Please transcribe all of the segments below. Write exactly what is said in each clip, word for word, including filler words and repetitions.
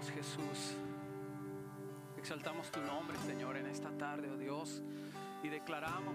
exaltamos, Jesús. Exaltamos tu nombre, Señor, en esta tarde, oh Dios, y declaramos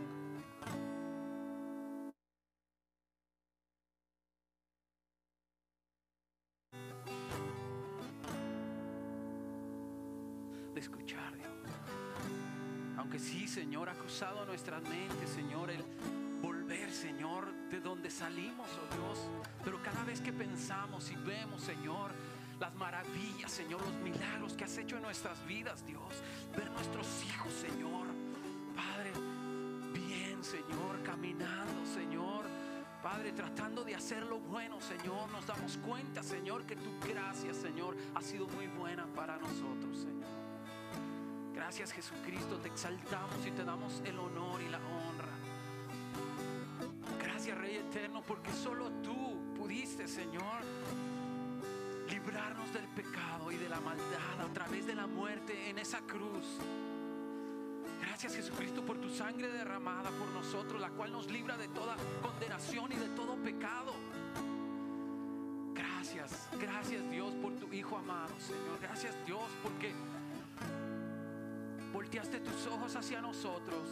de escuchar, Dios. Aunque sí, Señor, ha cruzado nuestras mentes, Señor, el volver, Señor, de donde salimos, oh Dios. Pero cada vez que pensamos y vemos, Señor, las maravillas, Señor, los milagros que has hecho en nuestras vidas, Dios, ver nuestros hijos, Señor, Padre, bien, Señor, caminando, Señor, Padre, tratando de hacer lo bueno, Señor, nos damos cuenta, Señor, que tu gracia, Señor, ha sido muy buena para nosotros, Señor. Gracias, Jesucristo, te exaltamos y te damos el honor y la honra. Gracias, Rey eterno, porque solo tú pudiste, Señor, librarnos del pecado y de la maldad a través de la muerte en esa cruz. Gracias, Jesucristo, por tu sangre derramada por nosotros, la cual nos libra de toda condenación y de todo pecado. Gracias, gracias, Dios, por tu Hijo amado, Señor. Gracias, Dios, porque volteaste tus ojos hacia nosotros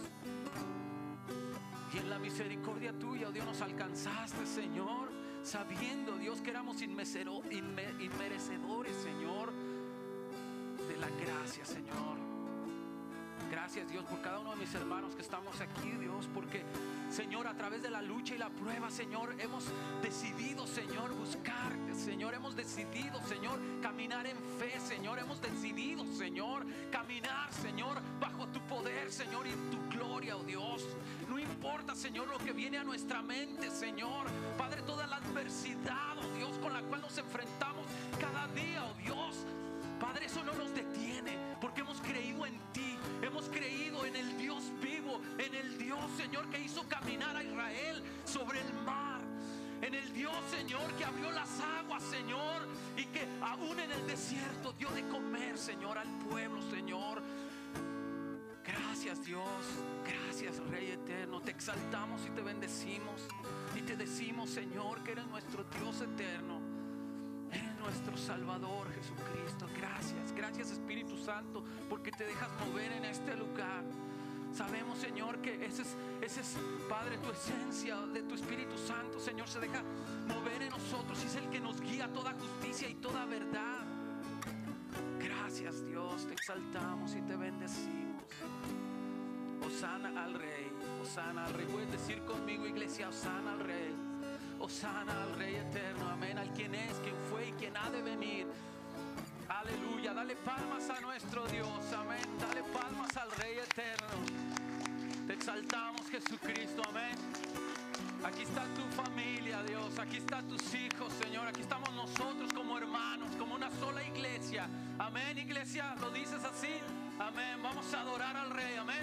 y en la misericordia tuya, Dios, nos alcanzaste, Señor, sabiendo, Dios, que éramos inmesero, inme, inmerecedores, Señor, de la gracia, Señor. Gracias, Dios, por cada uno de mis hermanos que estamos aquí, Dios, porque, Señor, a través de la lucha y la prueba, Señor, hemos decidido, Señor, buscarte, Señor. Hemos decidido, Señor, caminar en fe, Señor. Hemos decidido, Señor, caminar, Señor, bajo tu poder, Señor, y en tu gloria, oh Dios. No importa, Señor, lo que viene a nuestra mente, Señor. Padre, toda la adversidad, oh Dios, con la cual nos enfrentamos cada día, oh Dios. Padre, eso no nos detiene, porque hemos creído en ti. Hemos creído en el Dios vivo, en el Dios, Señor, que hizo caminar a Israel sobre el mar, en el Dios, Señor, que abrió las aguas, Señor, y que aún en el desierto dio de comer, Señor, al pueblo, Señor. Gracias, Dios, gracias, Rey eterno. Te exaltamos y te bendecimos y te decimos, Señor, que eres nuestro Dios eterno. Eres nuestro Salvador, Jesucristo. Gracias, gracias, Espíritu Santo, porque te dejas mover en este lugar. Sabemos, Señor, que ese es, ese es, Padre, tu esencia de tu Espíritu Santo, Señor, se deja mover en nosotros y es el que nos guía a toda justicia y toda verdad. Gracias, Dios, te exaltamos y te bendecimos. Hosana al Rey, Hosana al Rey. Puedes decir conmigo, iglesia, Hosana al Rey. Hosana al Rey eterno, amén, al quien es, quien fue y quien ha de venir. Aleluya, dale palmas a nuestro Dios, amén. Dale palmas al Rey eterno. Te exaltamos, Jesucristo, amén. Aquí está tu familia, Dios. Aquí están tus hijos, Señor. Aquí estamos nosotros como hermanos, como una sola iglesia. Amén, iglesia, ¿lo dices así? Amén, vamos a adorar al Rey, amén.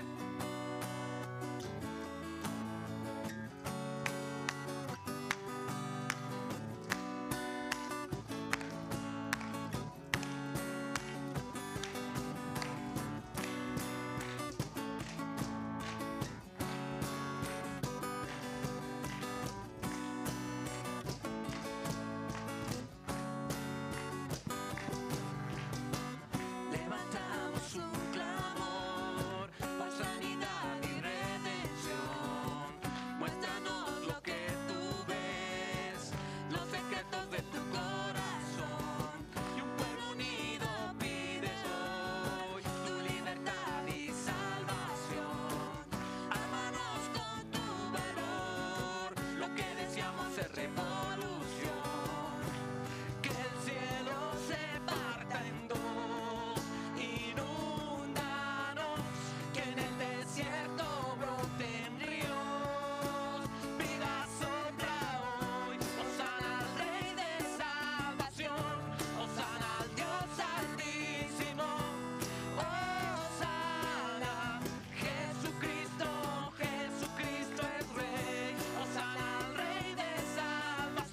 Levantamos un clamor por sanidad y redención. Muéstranos lo que tú ves, los secretos de tu corazón. Y un pueblo unido pide hoy tu libertad y salvación. Ámanos con tu valor, lo que deseamos es revolución. Que el cielo se parta en dos. Inúndanos, que en el desierto broten ríos. Vida sopla hoy, Hosana al Rey de salvación. Hosana al Dios altísimo. Hosana, Jesucristo, Jesucristo es Rey. Hosana al Rey de salvación.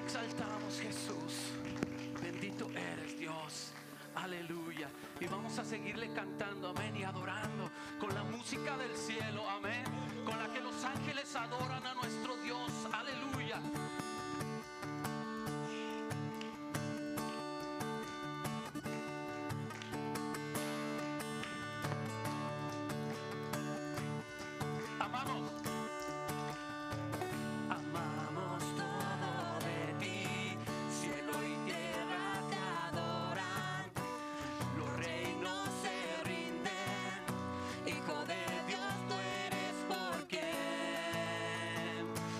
exaltamos, Jesús. Bendito eres, Dios. Aleluya. Y vamos a seguirle cantando, amén, y adorando con la música del cielo, amén, con la que los ángeles adoran a nuestro Dios. Aleluya. Amamos. Amamos todo de ti, cielo y tierra te adoran, los reinos se rinden, Hijo de Dios tú eres por quien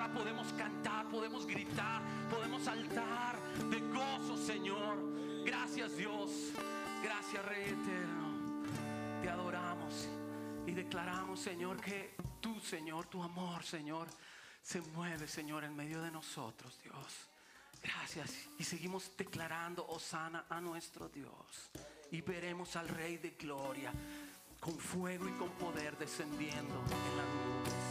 podemos cantar, podemos gritar, podemos saltar de gozo, Señor. Gracias, Dios. Gracias, Rey eterno. Te adoramos y declaramos, Señor, que tú, Señor, tu amor, Señor, se mueve, Señor, en medio de nosotros, Dios. Gracias. Y seguimos declarando hosana a nuestro Dios. Y veremos al Rey de Gloria con fuego y con poder descendiendo en las nubes.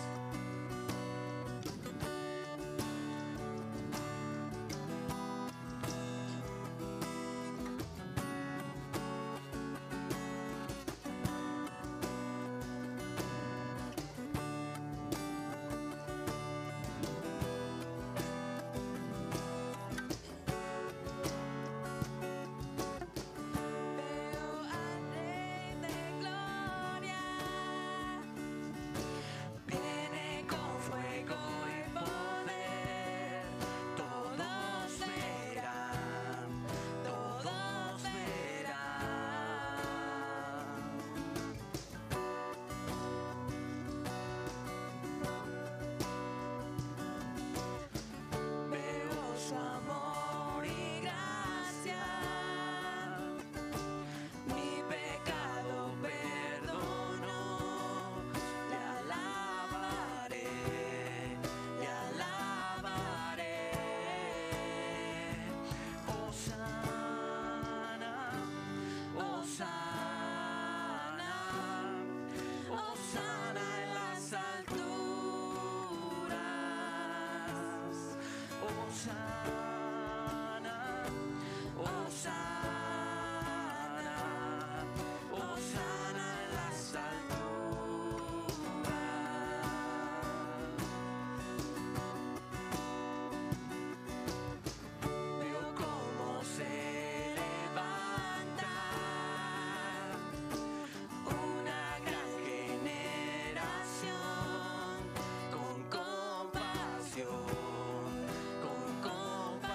Con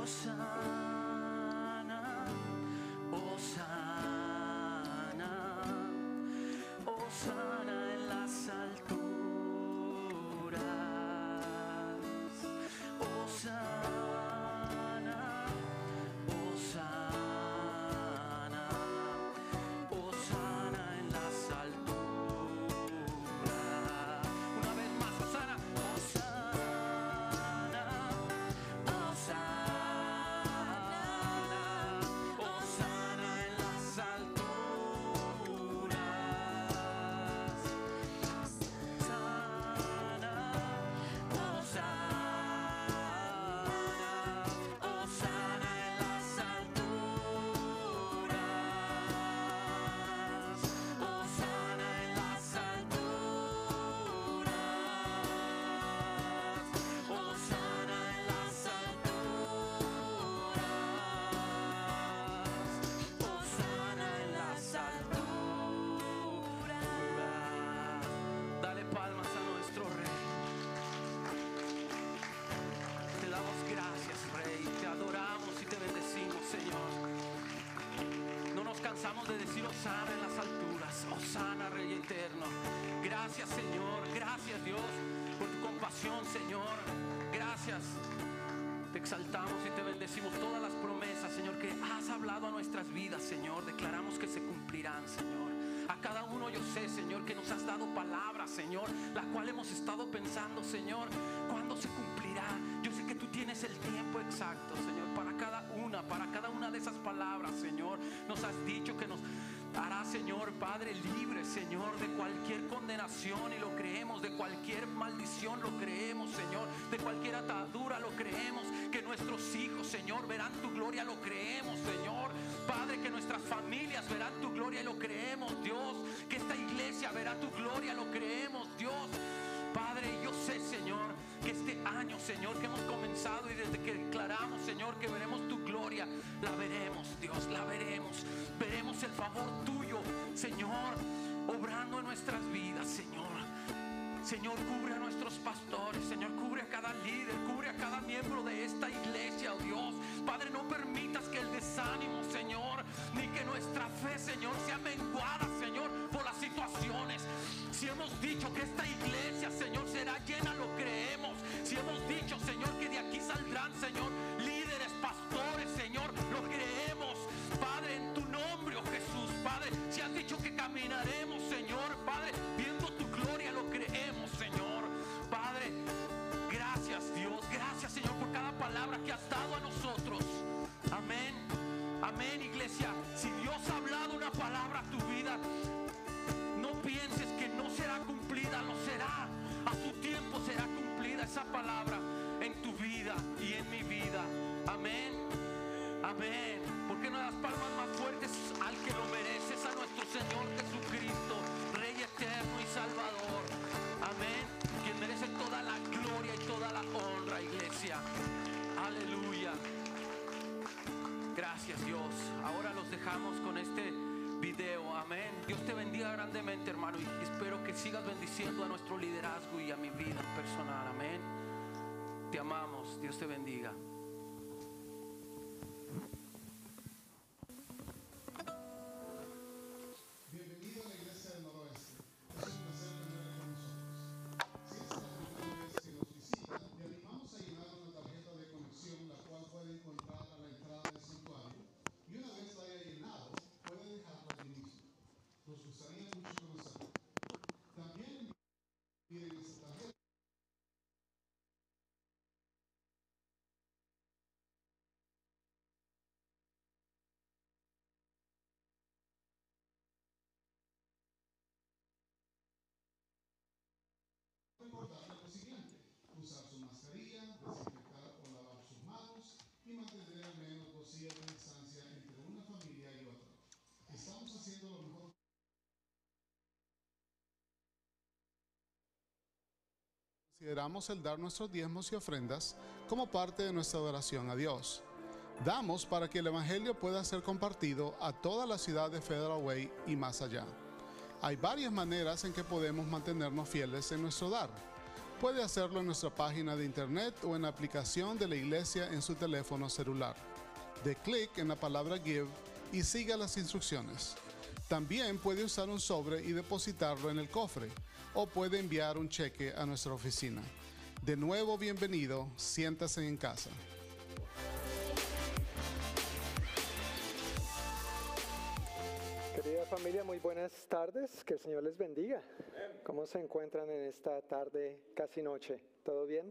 Hosana, Hosana, Hosana en las alturas. Hosana, Hosana, Hosana en las alturas. Una vez más, Hosana, Hosana, Hosana, Hosana en las alturas. Hosana, Hosana, Hosana en las alturas. Hosana en las alturas. Hosana en las alturas. Hosana en las alturas. Dale palmas a nuestro Rey. Te damos gracias, Rey. Te adoramos y te bendecimos, Señor. No nos cansamos de decir Hosana en las alturas. Hosana, Rey eterno. Gracias, Señor. Gracias, Dios, por tu compasión, Señor. Gracias. Te exaltamos y te bendecimos todas las promesas, Señor, que has hablado a nuestras vidas, Señor. Declaramos que se cumplirán, Señor. A cada uno yo sé, Señor, que nos has dado palabras, Señor, la cual hemos estado pensando, Señor, ¿cuándo se cumplirá? Yo sé que tú tienes el tiempo exacto, Señor, para cada una, para cada una de esas palabras, Señor. Nos has dicho que nos hará, Señor, Padre, libre, Señor, de cualquier condenación, y lo creemos. De cualquier maldición lo creemos, Señor. De cualquier atadura lo creemos. Que nuestros hijos, Señor, verán tu gloria, lo creemos, Señor. Padre, que nuestras familias verán tu gloria y lo creemos, Dios. Que esta iglesia verá tu gloria, lo creemos, Dios. Padre, yo sé, Señor, que este año, Señor, que hemos comenzado y desde que declaramos, Señor, que veremos tu gloria, la veremos, Dios, la veremos. Veremos el favor tuyo, Señor, obrando en nuestras vidas, Señor. Señor, cubre a nuestros pastores, Señor, cubre a cada líder, cubre a cada miembro de esta iglesia, oh Dios. Padre, no permitas que el desánimo, Señor, ni que nuestra fe, Señor, sea menguada, Señor, por las situaciones. Si hemos dicho que esta iglesia, Señor, será llena, lo creemos. Si hemos dicho, Señor, que de aquí saldrán, Señor, líderes, pastores, Señor, lo creemos. Padre, en tu nombre, oh Jesús, Padre, si has dicho que caminaremos, Señor, Padre, viendo tu gloria, lo creemos, Señor. Padre, gracias, Dios, gracias, Señor, por cada palabra que has dado a nosotros. Amén, amén, iglesia. Si Dios ha hablado una palabra a tu vida, no pienses que no será cumplida, lo será. A su tiempo será cumplida esa palabra en tu vida y en mi vida. Amén, amén. ¿Por qué no das palmas más fuertes al que lo mereces, a nuestro Señor Jesucristo, Rey eterno y Salvador? Amén. Quien merece toda la gloria y toda la honra, iglesia. Aleluya. Gracias, Dios. Ahora los dejamos con este video. Amén. Dios te bendiga grandemente, hermano, y espero que sigas bendiciendo a nuestro liderazgo y a mi vida personal. Amén. Te amamos. Dios te bendiga. Bienvenido a la Iglesia del Noroeste. Es un placer tenerle con nosotros. Si es la primera vez que nos visita, le animamos a llenar una tarjeta de conexión, la cual puede encontrar a la entrada del santuario, y una vez la haya llenado, puede dejarla allí mismo. Nos gustaría mucho conocerla. También miren esta tarjeta. Recordarle lo siguiente: usar su mascarilla, desinfectar o lavar sus manos y mantener al menos dos días de distancia entre una familia y otra. Estamos haciendo lo mejor. Consideramos el dar nuestros diezmos y ofrendas como parte de nuestra adoración a Dios. Damos para que el Evangelio pueda ser compartido a toda la ciudad de Federal Way y más allá. Hay varias maneras en que podemos mantenernos fieles en nuestro dar. Puede hacerlo en nuestra página de internet o en la aplicación de la iglesia en su teléfono celular. Dé clic en la palabra Give y siga las instrucciones. También puede usar un sobre y depositarlo en el cofre, o puede enviar un cheque a nuestra oficina. De nuevo, bienvenido, siéntase en casa. Querida familia, muy buenas tardes, que el Señor les bendiga. ¿Cómo se encuentran en esta tarde, casi noche? ¿Todo bien?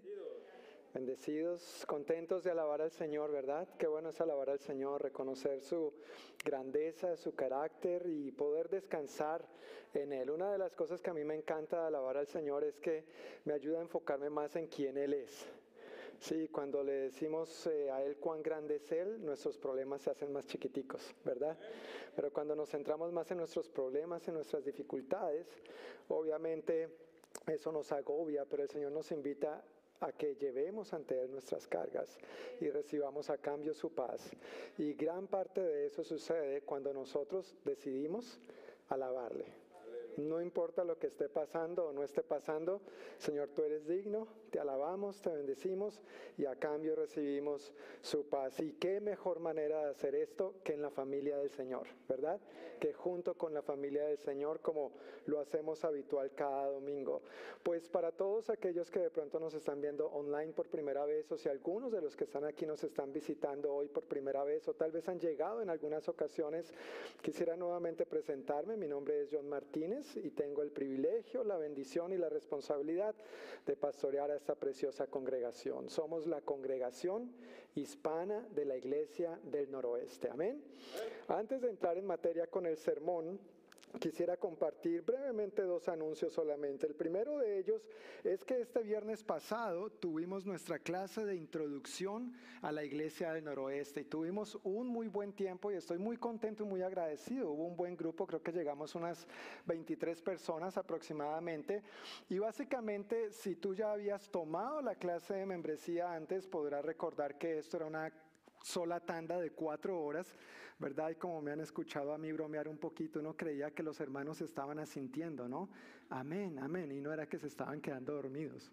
Bendecidos, contentos de alabar al Señor, ¿verdad? Qué bueno es alabar al Señor, reconocer su grandeza, su carácter y poder descansar en Él. Una de las cosas que a mí me encanta de alabar al Señor es que me ayuda a enfocarme más en quién Él es. Sí, cuando le decimos eh, a Él cuán grande es Él, nuestros problemas se hacen más chiquiticos, ¿verdad? Pero cuando nos centramos más en nuestros problemas, en nuestras dificultades, obviamente eso nos agobia, pero el Señor nos invita a que llevemos ante Él nuestras cargas y recibamos a cambio su paz. Y gran parte de eso sucede cuando nosotros decidimos alabarle. No importa lo que esté pasando o no esté pasando, Señor, tú eres digno, te alabamos, te bendecimos y a cambio recibimos su paz. Y qué mejor manera de hacer esto que en la familia del Señor, ¿verdad? Que junto con la familia del Señor, como lo hacemos habitual cada domingo. Pues para todos aquellos que de pronto nos están viendo online por primera vez, o si algunos de los que están aquí nos están visitando hoy por primera vez, o tal vez han llegado en algunas ocasiones, quisiera nuevamente presentarme. Mi nombre es John Martínez y tengo el privilegio, la bendición y la responsabilidad de pastorear a esta preciosa congregación. Somos la congregación hispana de la Iglesia del Noroeste. Amén. Antes de entrar en materia con el sermón, quisiera compartir brevemente dos anuncios solamente. El primero de ellos es que este viernes pasado tuvimos nuestra clase de introducción a la Iglesia del Noroeste y tuvimos un muy buen tiempo y estoy muy contento y muy agradecido. Hubo un buen grupo, creo que llegamos unas veintitrés personas aproximadamente, y básicamente si tú ya habías tomado la clase de membresía antes, podrás recordar que esto era una sola tanda de cuatro horas, ¿verdad? Y como me han escuchado a mí bromear un poquito, uno creía que los hermanos estaban asintiendo, ¿no? Amén, amén, y no era que se estaban quedando dormidos,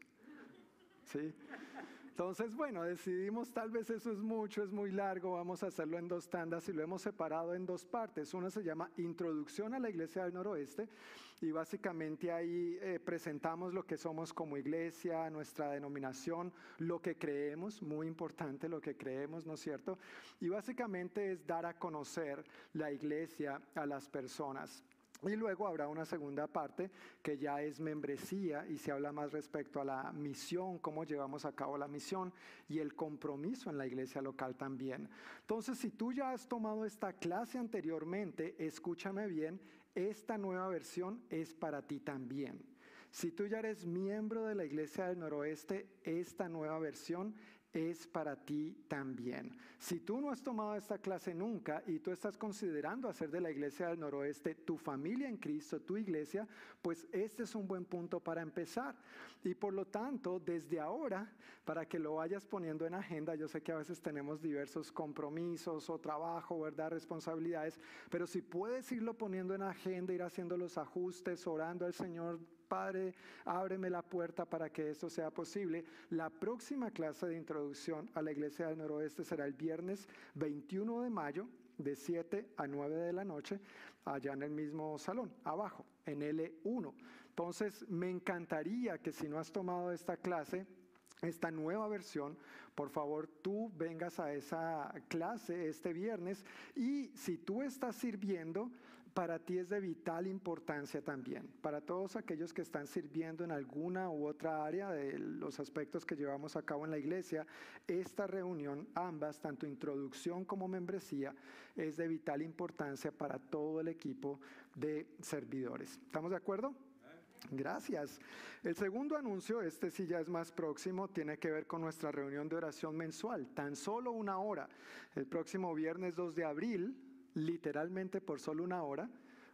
¿sí? Entonces, bueno, decidimos tal vez eso es mucho, es muy largo, vamos a hacerlo en dos tandas y lo hemos separado en dos partes. Una se llama Introducción a la Iglesia del Noroeste y básicamente ahí eh, presentamos lo que somos como iglesia, nuestra denominación, lo que creemos, muy importante lo que creemos, ¿no es cierto? Y básicamente es dar a conocer la iglesia a las personas. Y luego habrá una segunda parte que ya es membresía y se habla más respecto a la misión, cómo llevamos a cabo la misión y el compromiso en la iglesia local también. Entonces, si tú ya has tomado esta clase anteriormente, escúchame bien, esta nueva versión es para ti también. Si tú ya eres miembro de la Iglesia del Noroeste, esta nueva versión es para ti también. Si tú no has tomado esta clase nunca y tú estás considerando hacer de la Iglesia del Noroeste tu familia en Cristo, tu iglesia, pues este es un buen punto para empezar. Y por lo tanto, desde ahora, para que lo vayas poniendo en agenda, yo sé que a veces tenemos diversos compromisos o trabajo, ¿verdad? Responsabilidades, pero si puedes irlo poniendo en agenda, ir haciendo los ajustes, orando al Señor, Padre, ábreme la puerta para que esto sea posible. La próxima clase de introducción a la Iglesia del Noroeste será el viernes veintiuno de mayo de siete a nueve de la noche, allá en el mismo salón, abajo, en L uno. Entonces, me encantaría que si no has tomado esta clase, esta nueva versión, por favor tú vengas a esa clase este viernes, y si tú estás sirviendo, para ti es de vital importancia también. Para todos aquellos que están sirviendo en alguna u otra área de los aspectos que llevamos a cabo en la iglesia, esta reunión, ambas, tanto introducción como membresía, es de vital importancia para todo el equipo de servidores. ¿Estamos de acuerdo? Gracias. El segundo anuncio, este sí ya es más próximo, tiene que ver con nuestra reunión de oración mensual, tan solo una hora. El próximo viernes dos de abril, literalmente por solo una hora,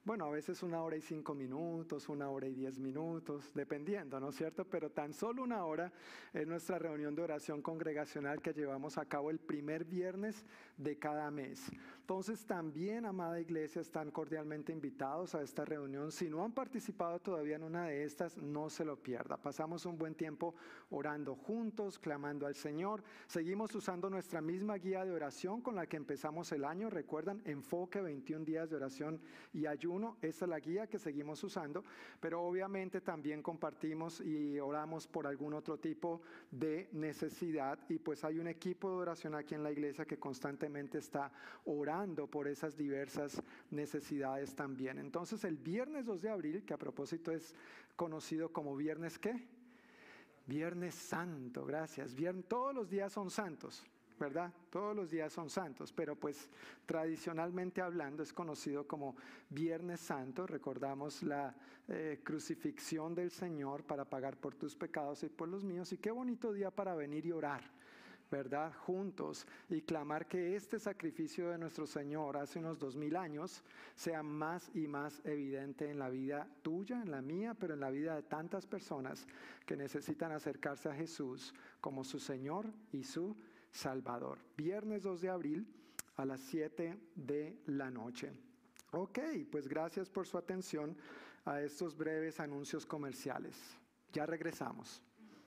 bueno, a veces una hora y cinco minutos, una hora y diez minutos, dependiendo, ¿no es cierto? Pero tan solo una hora es nuestra reunión de oración congregacional que llevamos a cabo el primer viernes de cada mes. Entonces también, amada iglesia, están cordialmente invitados a esta reunión. Si no han participado todavía en una de estas, no se lo pierda. Pasamos un buen tiempo orando juntos, clamando al Señor. Seguimos usando nuestra misma guía de oración con la que empezamos el año. Recuerdan, enfoque veintiún días de oración y ayuno. Esta es la guía que seguimos usando, pero obviamente también compartimos y oramos por algún otro tipo de necesidad, y pues hay un equipo de oración aquí en la iglesia que constantemente está orando por esas diversas necesidades también. Entonces el viernes dos de abril, que a propósito es conocido como viernes ¿qué? Viernes Santo, gracias. Viernes, todos los días son santos, ¿verdad? Todos los días son santos, pero pues tradicionalmente hablando es conocido como Viernes Santo. Recordamos la eh, crucifixión del Señor para pagar por tus pecados y por los míos, y qué bonito día para venir y orar, ¿verdad? Juntos, y clamar que este sacrificio de nuestro Señor hace unos dos mil años sea más y más evidente en la vida tuya, en la mía, pero en la vida de tantas personas que necesitan acercarse a Jesús como su Señor y su Salvador. Viernes dos de abril a las siete de la noche. Ok, pues gracias por su atención a estos breves anuncios comerciales. Ya regresamos.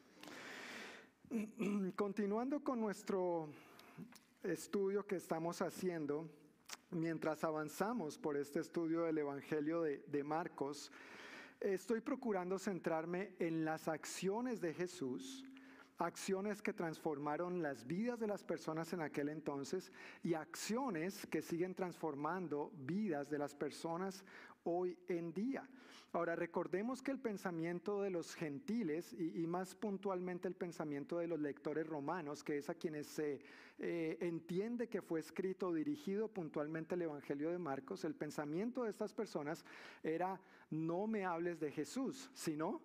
Continuando con nuestro estudio que estamos haciendo, mientras avanzamos por este estudio del Evangelio de, de Marcos, estoy procurando centrarme en las acciones de Jesús, acciones que transformaron las vidas de las personas en aquel entonces y acciones que siguen transformando vidas de las personas hoy en día. Ahora, recordemos que el pensamiento de los gentiles y, y más puntualmente el pensamiento de los lectores romanos, que es a quienes se eh, entiende que fue escrito o dirigido puntualmente el Evangelio de Marcos, el pensamiento de estas personas era: no me hables de Jesús, sino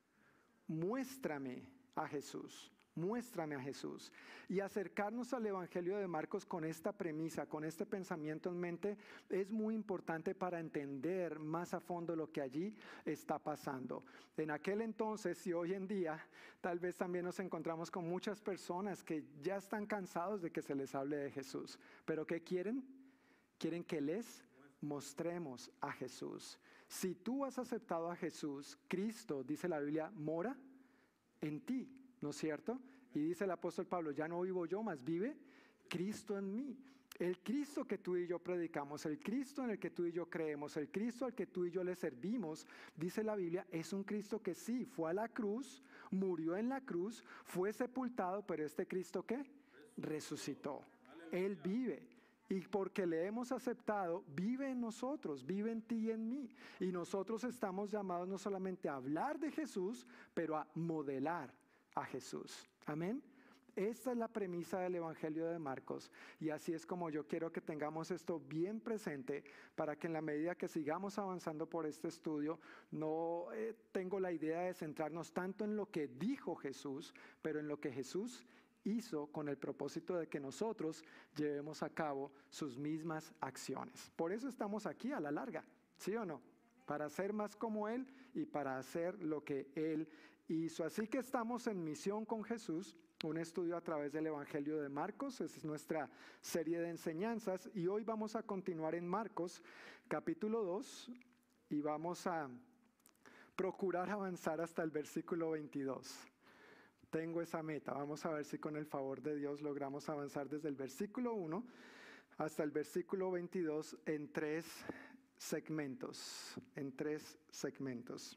muéstrame a Jesús. Muéstrame a Jesús. Y acercarnos al Evangelio de Marcos con esta premisa, con este pensamiento en mente, es muy importante para entender más a fondo lo que allí está pasando. En aquel entonces y hoy en día, tal vez también nos encontramos con muchas personas que ya están cansados de que se les hable de Jesús. ¿Pero qué quieren? Quieren que les mostremos a Jesús. Si tú has aceptado a Jesús, Cristo, dice la Biblia, mora en ti. ¿No es cierto? Y dice el apóstol Pablo: ya no vivo yo, mas vive Cristo en mí. El Cristo que tú y yo predicamos, el Cristo en el que tú y yo creemos, el Cristo al que tú y yo le servimos, dice la Biblia, es un Cristo que sí, fue a la cruz, murió en la cruz, fue sepultado, pero este Cristo ¿qué? Resucitó. Él vive. Y porque le hemos aceptado, vive en nosotros, vive en ti y en mí. Y nosotros estamos llamados no solamente a hablar de Jesús, pero a modelar a Jesús. Amén. Esta es la premisa del Evangelio de Marcos, y así es como yo quiero que tengamos esto bien presente, para que en la medida que sigamos avanzando por este estudio, no eh, tengo la idea de centrarnos tanto en lo que dijo Jesús, pero en lo que Jesús hizo con el propósito de que nosotros llevemos a cabo sus mismas acciones. Por eso estamos aquí a la larga, ¿sí o no? Para ser más como Él y para hacer lo que Él hizo. Así que estamos en Misión con Jesús, un estudio a través del Evangelio de Marcos. Esa es nuestra serie de enseñanzas, y hoy vamos a continuar en Marcos capítulo dos y vamos a procurar avanzar hasta el versículo veintidós. Tengo esa meta. Vamos a ver si con el favor de Dios logramos avanzar desde el versículo uno hasta el versículo veintidós en tres segmentos, en tres segmentos.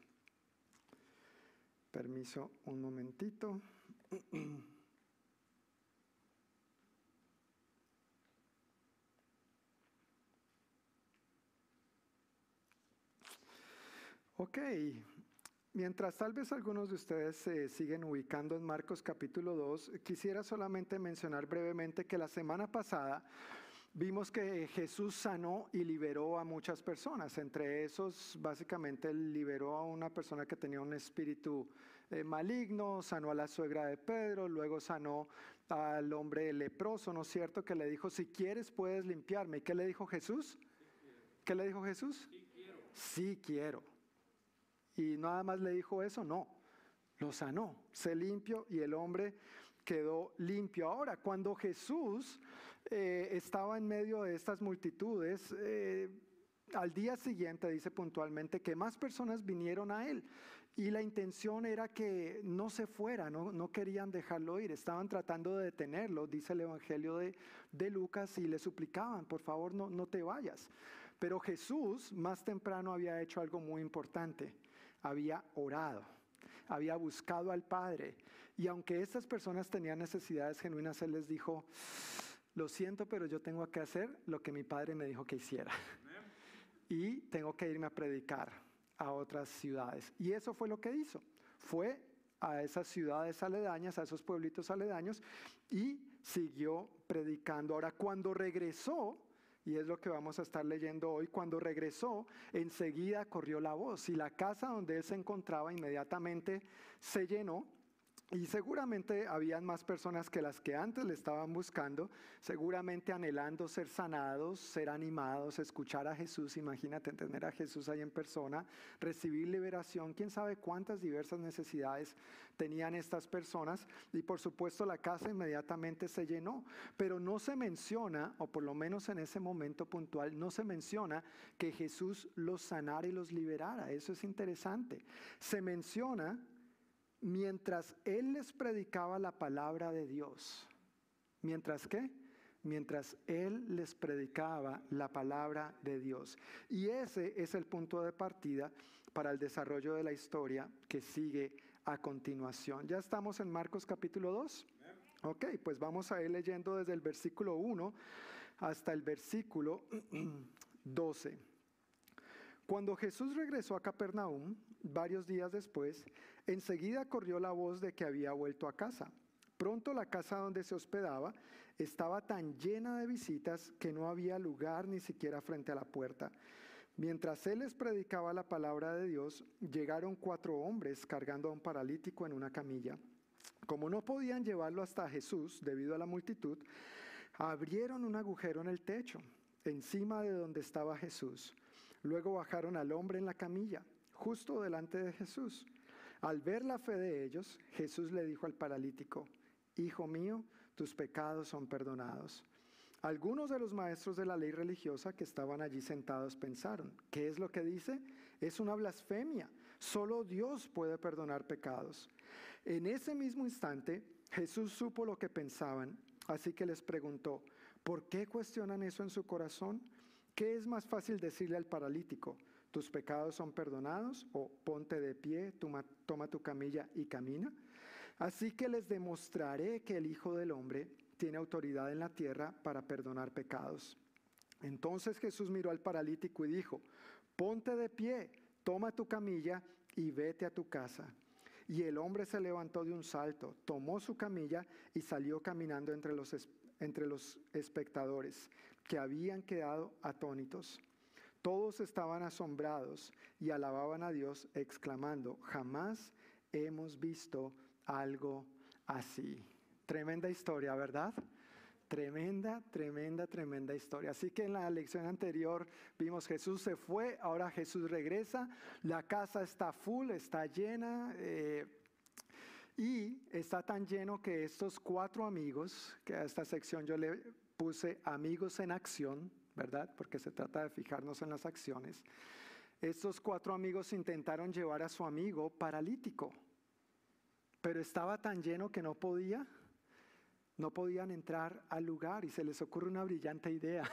Permiso, un momentito. Ok, mientras tal vez algunos de ustedes se siguen ubicando en Marcos capítulo dos, quisiera solamente mencionar brevemente que la semana pasada vimos que Jesús sanó y liberó a muchas personas. Entre esos, básicamente, él liberó a una persona que tenía un espíritu eh, maligno, sanó a la suegra de Pedro, luego sanó al hombre leproso, ¿no es cierto? Que le dijo: si quieres puedes limpiarme. ¿Y qué le dijo Jesús? ¿Qué le dijo Jesús? sí quiero. Y nada más le dijo eso, no, lo sanó, se limpió y el hombre quedó limpio. Ahora, cuando Jesús eh, estaba en medio de estas multitudes, eh, al día siguiente dice puntualmente que más personas vinieron a él. Y la intención era que no se fuera, no, no querían dejarlo ir, estaban tratando de detenerlo, dice el Evangelio de, de Lucas, y le suplicaban, por favor no, no te vayas. Pero Jesús más temprano había hecho algo muy importante, había orado, había buscado al Padre. Y aunque estas personas tenían necesidades genuinas, Él les dijo, lo siento, pero yo tengo que hacer lo que mi Padre me dijo que hiciera. Y tengo que irme a predicar a otras ciudades. Y eso fue lo que hizo. Fue a esas ciudades aledañas, a esos pueblitos aledaños, y siguió predicando. Ahora, cuando regresó, y es lo que vamos a estar leyendo hoy, cuando regresó, enseguida corrió la voz, y la casa donde él se encontraba inmediatamente se llenó. Y seguramente habían más personas que las que antes le estaban buscando, seguramente anhelando ser sanados, ser animados, escuchar a Jesús. Imagínate tener a Jesús ahí en persona, recibir liberación. Quién sabe cuántas diversas necesidades tenían estas personas. Y por supuesto la casa inmediatamente se llenó. Pero no se menciona, o por lo menos en ese momento puntual, no se menciona que Jesús los sanara y los liberara. Eso es interesante. Se menciona mientras Él les predicaba la palabra de Dios. ¿Mientras qué? Mientras Él les predicaba la palabra de Dios. Y ese es el punto de partida para el desarrollo de la historia que sigue a continuación. ¿Ya estamos en Marcos capítulo dos? Ok, pues vamos a ir leyendo desde el versículo uno hasta el versículo doce. Cuando Jesús regresó a Capernaum, varios días después, enseguida corrió la voz de que había vuelto a casa. Pronto la casa donde se hospedaba estaba tan llena de visitas que no había lugar ni siquiera frente a la puerta. Mientras él les predicaba la palabra de Dios, llegaron cuatro hombres cargando a un paralítico en una camilla. Como no podían llevarlo hasta Jesús debido a la multitud, abrieron un agujero en el techo, encima de donde estaba Jesús. Luego bajaron al hombre en la camilla, justo delante de Jesús. Al ver la fe de ellos, Jesús le dijo al paralítico, Hijo mío, tus pecados son perdonados. Algunos de los maestros de la ley religiosa que estaban allí sentados pensaron, ¿qué es lo que dice? Es una blasfemia. Solo Dios puede perdonar pecados. En ese mismo instante, Jesús supo lo que pensaban, así que les preguntó, ¿por qué cuestionan eso en su corazón? ¿Qué es más fácil decirle al paralítico? ¿Tus pecados son perdonados? ¿O ponte de pie, toma, toma tu camilla y camina? Así que les demostraré que el Hijo del Hombre tiene autoridad en la tierra para perdonar pecados. Entonces Jesús miró al paralítico y dijo, ponte de pie, toma tu camilla y vete a tu casa. Y el hombre se levantó de un salto, tomó su camilla y salió caminando entre los, entre los espectadores, que habían quedado atónitos. Todos estaban asombrados y alababan a Dios, exclamando, jamás hemos visto algo así. Tremenda historia, ¿verdad? Tremenda, tremenda, tremenda historia. Así que en la lección anterior vimos Jesús se fue, ahora Jesús regresa, la casa está full, está llena, eh, y está tan lleno que estos cuatro amigos, que a esta sección yo le puse amigos en acción, ¿verdad? Porque se trata de fijarnos en las acciones. Estos cuatro amigos intentaron llevar a su amigo paralítico, pero estaba tan lleno que no podía, no podían entrar al lugar y se les ocurre una brillante idea.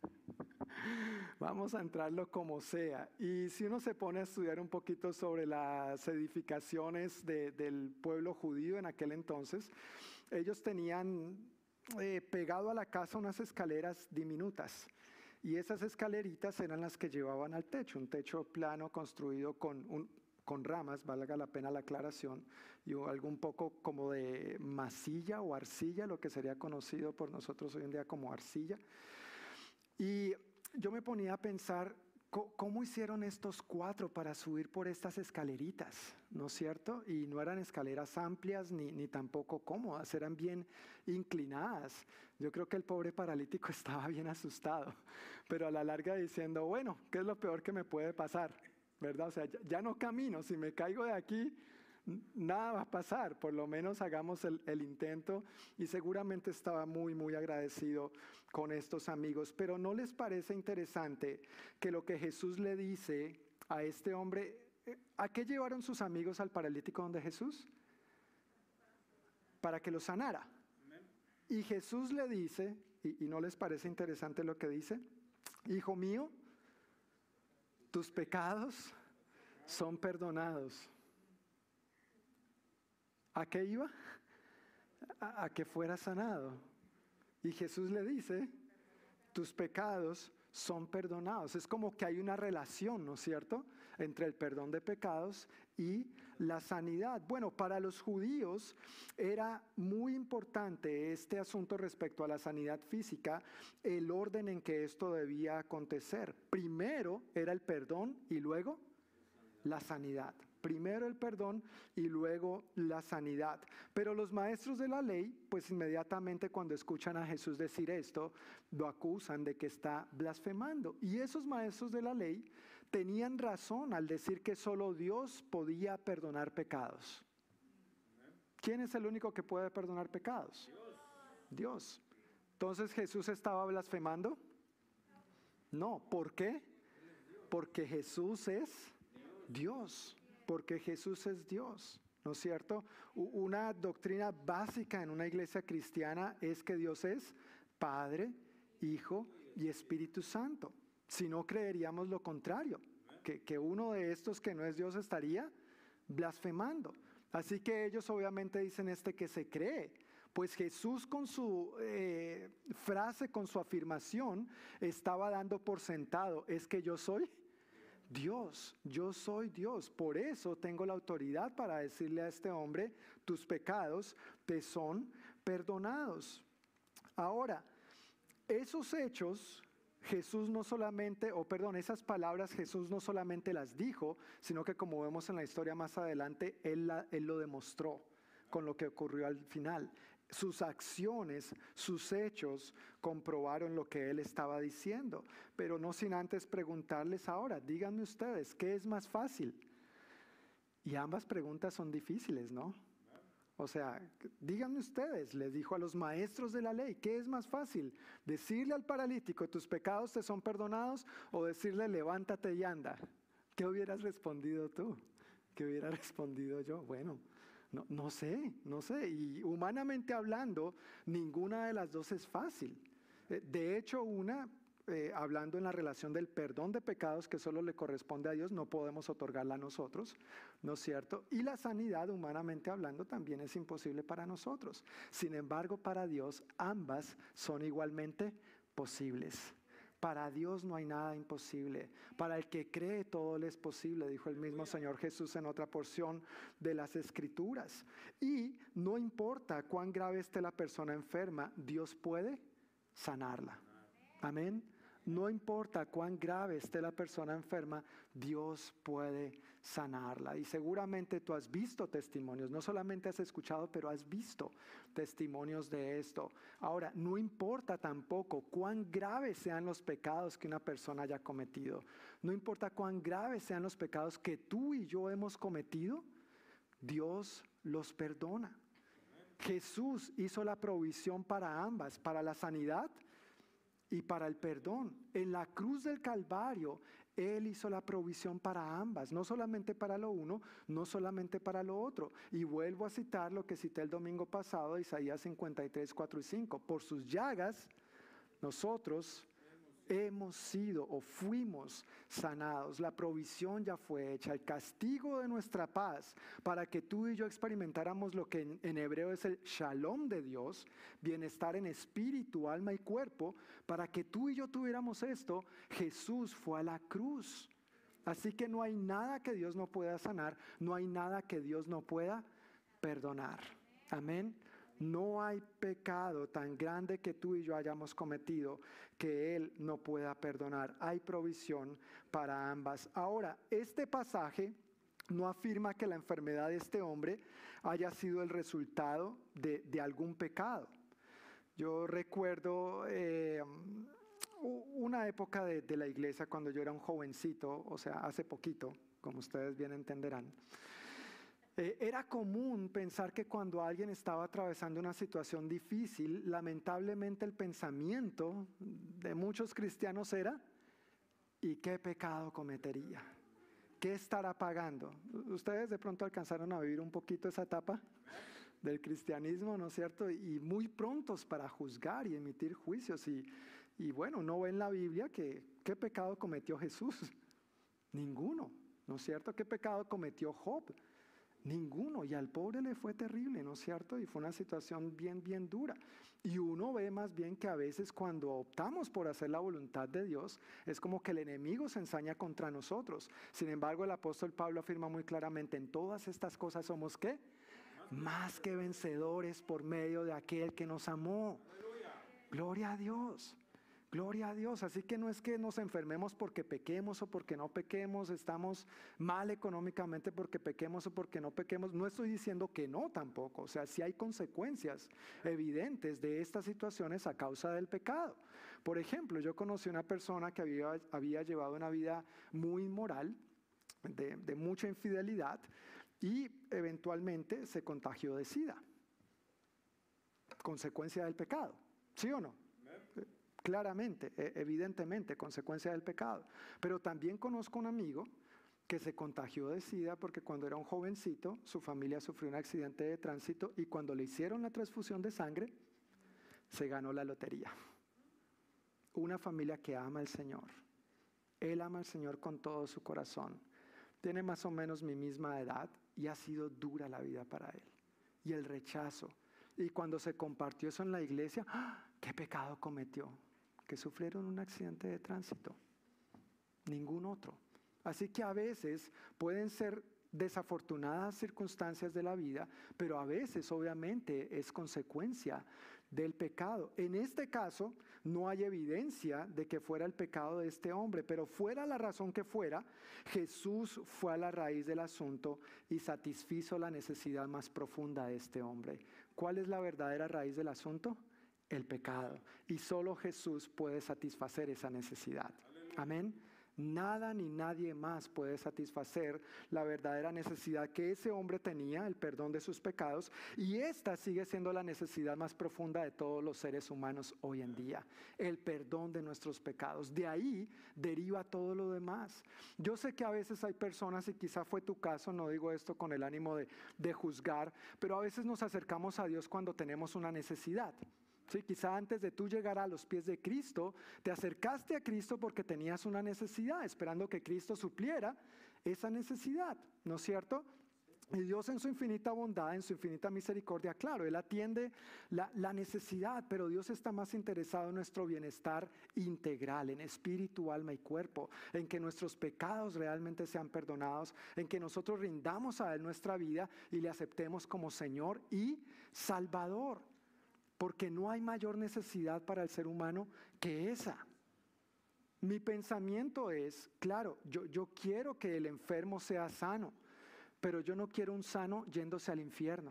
Vamos a entrarlo como sea. Y si uno se pone a estudiar un poquito sobre las edificaciones de, del pueblo judío en aquel entonces, ellos tenían eh, pegado a la casa unas escaleras diminutas. Y esas escaleritas eran las que llevaban al techo, un techo plano construido con, un, con ramas, valga la pena la aclaración, y algo un poco como de masilla o arcilla, lo que sería conocido por nosotros hoy en día como arcilla. Y yo me ponía a pensar ¿cómo hicieron estos cuatro para subir por estas escaleritas? ¿No es cierto? Y no eran escaleras amplias ni, ni tampoco cómodas, eran bien inclinadas. Yo creo que el pobre paralítico estaba bien asustado, pero a la larga diciendo, bueno, ¿qué es lo peor que me puede pasar? ¿Verdad? O sea, ya, ya no camino, si me caigo de aquí, nada va a pasar, por lo menos hagamos el, el intento. Y seguramente estaba muy, muy agradecido con estos amigos. Pero ¿no les parece interesante que lo que Jesús le dice a este hombre, ¿a qué llevaron sus amigos al paralítico donde Jesús? Para que lo sanara. Y Jesús le dice, y, y ¿no les parece interesante lo que dice? Hijo mío, tus pecados son perdonados. ¿A qué iba? A, a que fuera sanado. Y Jesús le dice, tus pecados son perdonados. Es como que hay una relación, ¿no es cierto?, entre el perdón de pecados y la sanidad. Bueno, para los judíos era muy importante este asunto respecto a la sanidad física, el orden en que esto debía acontecer. Primero era el perdón y luego la sanidad. Primero el perdón y luego la sanidad. Pero los maestros de la ley, pues inmediatamente cuando escuchan a Jesús decir esto, lo acusan de que está blasfemando. Y esos maestros de la ley tenían razón al decir que solo Dios podía perdonar pecados. ¿Quién es el único que puede perdonar pecados? Dios. Entonces, ¿Jesús estaba blasfemando? No. ¿Por qué? Porque Jesús es Dios. Porque Jesús es Dios, ¿no es cierto? Una doctrina básica en una iglesia cristiana es que Dios es Padre, Hijo y Espíritu Santo. Si no, creeríamos lo contrario, que, que uno de estos que no es Dios estaría blasfemando. Así que ellos obviamente dicen este que se cree. Pues Jesús con su eh, frase, con su afirmación, estaba dando por sentado, es que yo soy Dios, yo soy Dios, por eso tengo la autoridad para decirle a este hombre, tus pecados te son perdonados. Ahora, esos hechos, Jesús no solamente, o perdón, esas palabras Jesús no solamente las dijo, sino que como vemos en la historia más adelante, Él, la, él lo demostró con lo que ocurrió al final. Sus acciones, sus hechos comprobaron lo que él estaba diciendo. Pero no sin antes preguntarles ahora, díganme ustedes, ¿qué es más fácil? Y ambas preguntas son difíciles, ¿no? O sea, díganme ustedes, les dijo a los maestros de la ley, ¿qué es más fácil? ¿Decirle al paralítico, tus pecados te son perdonados? ¿O decirle, levántate y anda? ¿Qué hubieras respondido tú? ¿Qué hubiera respondido yo? Bueno, No, no sé, no sé. Y humanamente hablando, ninguna de las dos es fácil. De hecho, una, eh, hablando en la relación del perdón de pecados que solo le corresponde a Dios, no podemos otorgarla a nosotros, ¿no es cierto? Y la sanidad, humanamente hablando, también es imposible para nosotros. Sin embargo, para Dios, ambas son igualmente posibles. Para Dios no hay nada imposible. Para el que cree todo le es posible, dijo el mismo Señor Jesús en otra porción de las Escrituras. Y no importa cuán grave esté la persona enferma, Dios puede sanarla. Amén. No importa cuán grave esté la persona enferma, Dios puede sanarla. Y seguramente tú has visto testimonios, no solamente has escuchado, pero has visto testimonios de esto. Ahora, no importa tampoco cuán graves sean los pecados que una persona haya cometido. No importa cuán graves sean los pecados que tú y yo hemos cometido, Dios los perdona. Jesús hizo la provisión para ambas, para la sanidad y para el perdón. En la cruz del Calvario, Él hizo la provisión para ambas, no solamente para lo uno, no solamente para lo otro. Y vuelvo a citar lo que cité el domingo pasado, Isaías cincuenta y tres, cuatro y cinco. Por sus llagas, nosotros hemos sido o fuimos sanados. La provisión ya fue hecha, el castigo de nuestra paz, para que tú y yo experimentáramos lo que en, en hebreo es el shalom de Dios, bienestar en espíritu, alma y cuerpo. Para que tú y yo tuviéramos esto, Jesús fue a la cruz. Así que no hay nada que Dios no pueda sanar, no hay nada que Dios no pueda perdonar. Amén. No hay pecado tan grande que tú y yo hayamos cometido que Él no pueda perdonar. Hay provisión para ambas. Ahora, este pasaje no afirma que la enfermedad de este hombre haya sido el resultado de, de algún pecado. Yo recuerdo eh, una época de, de la iglesia cuando yo era un jovencito, o sea, hace poquito, como ustedes bien entenderán. Eh, era común pensar que cuando alguien estaba atravesando una situación difícil, lamentablemente el pensamiento de muchos cristianos era, ¿y qué pecado cometería? ¿Qué estará pagando? Ustedes de pronto alcanzaron a vivir un poquito esa etapa del cristianismo, ¿no es cierto? Y muy prontos para juzgar y emitir juicios. Y, y bueno, uno ve en la Biblia que ¿qué pecado cometió Jesús? Ninguno, ¿no es cierto? ¿Qué pecado cometió Job? Ninguno, y al pobre le fue terrible, ¿no es cierto? Y fue una situación bien, bien dura. Y uno ve más bien que a veces cuando optamos por hacer la voluntad de Dios, es como que el enemigo se ensaña contra nosotros. Sin embargo, el apóstol Pablo afirma muy claramente, en todas estas cosas somos ¿qué? Más que vencedores por medio de aquel que nos amó. Gloria a Dios. Gloria a Dios, así que no es que nos enfermemos porque pequemos o porque no pequemos, estamos mal económicamente porque pequemos o porque no pequemos, no estoy diciendo que no tampoco, o sea, sí hay consecuencias evidentes de estas situaciones a causa del pecado. Por ejemplo, yo conocí una persona que había, había llevado una vida muy inmoral, de, de mucha infidelidad, y eventualmente se contagió de SIDA, consecuencia del pecado, ¿sí o no? Claramente, evidentemente, consecuencia del pecado. Pero también conozco un amigo que se contagió de SIDA porque cuando era un jovencito, su familia sufrió un accidente de tránsito y cuando le hicieron la transfusión de sangre, se ganó la lotería. Una familia que ama al Señor. Él ama al Señor con todo su corazón. Tiene más o menos mi misma edad y ha sido dura la vida para él. Y el rechazo. Y cuando se compartió eso en la iglesia, ¡ah! ¿Qué pecado cometió? Que sufrieron un accidente de tránsito. Ningún otro. Así que a veces pueden ser desafortunadas circunstancias de la vida, pero a veces obviamente es consecuencia del pecado. En este caso no hay evidencia de que fuera el pecado de este hombre, pero fuera la razón que fuera, Jesús fue a la raíz del asunto y satisfizo la necesidad más profunda de este hombre. ¿Cuál es la verdadera raíz del asunto? El pecado. Y solo Jesús puede satisfacer esa necesidad. Amén. Nada ni nadie más puede satisfacer la verdadera necesidad que ese hombre tenía, el perdón de sus pecados, y esta sigue siendo la necesidad más profunda de todos los seres humanos hoy en día, el perdón de nuestros pecados. De ahí deriva todo lo demás. Yo sé que a veces hay personas, y quizá fue tu caso, no digo esto con el ánimo de, de juzgar, pero a veces nos acercamos a Dios cuando tenemos una necesidad. Sí, quizá antes de tú llegar a los pies de Cristo, te acercaste a Cristo porque tenías una necesidad, esperando que Cristo supliera esa necesidad, ¿no es cierto? Y Dios en su infinita bondad, en su infinita misericordia, claro, Él atiende la, la necesidad, pero Dios está más interesado en nuestro bienestar integral, en espíritu, alma y cuerpo, en que nuestros pecados realmente sean perdonados, en que nosotros rindamos a Él nuestra vida y le aceptemos como Señor y Salvador. Porque no hay mayor necesidad para el ser humano que esa. Mi pensamiento es, claro, yo, yo quiero que el enfermo sea sano, pero yo no quiero un sano yéndose al infierno.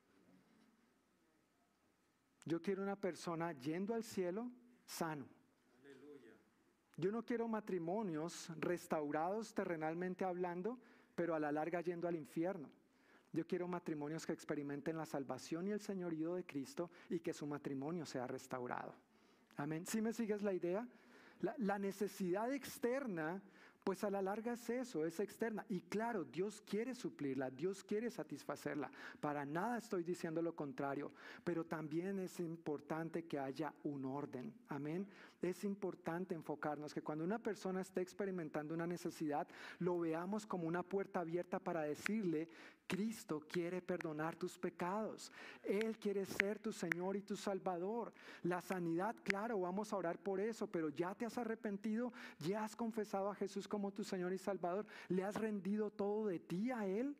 Yo quiero una persona yendo al cielo sano. Yo no quiero matrimonios restaurados terrenalmente hablando, pero a la larga yendo al infierno. Yo quiero matrimonios que experimenten la salvación y el señorío de Cristo y que su matrimonio sea restaurado. Amén. ¿Sí me sigues la idea? La, la necesidad externa, pues a la larga es eso, es externa. Y claro, Dios quiere suplirla, Dios quiere satisfacerla. Para nada estoy diciendo lo contrario, pero también es importante que haya un orden. Amén. Es importante enfocarnos que cuando una persona esté experimentando una necesidad, lo veamos como una puerta abierta para decirle, Cristo quiere perdonar tus pecados. Él quiere ser tu Señor y tu Salvador. La sanidad, claro, vamos a orar por eso, pero ya te has arrepentido, ya has confesado a Jesús como tu Señor y Salvador, le has rendido todo de ti a Él.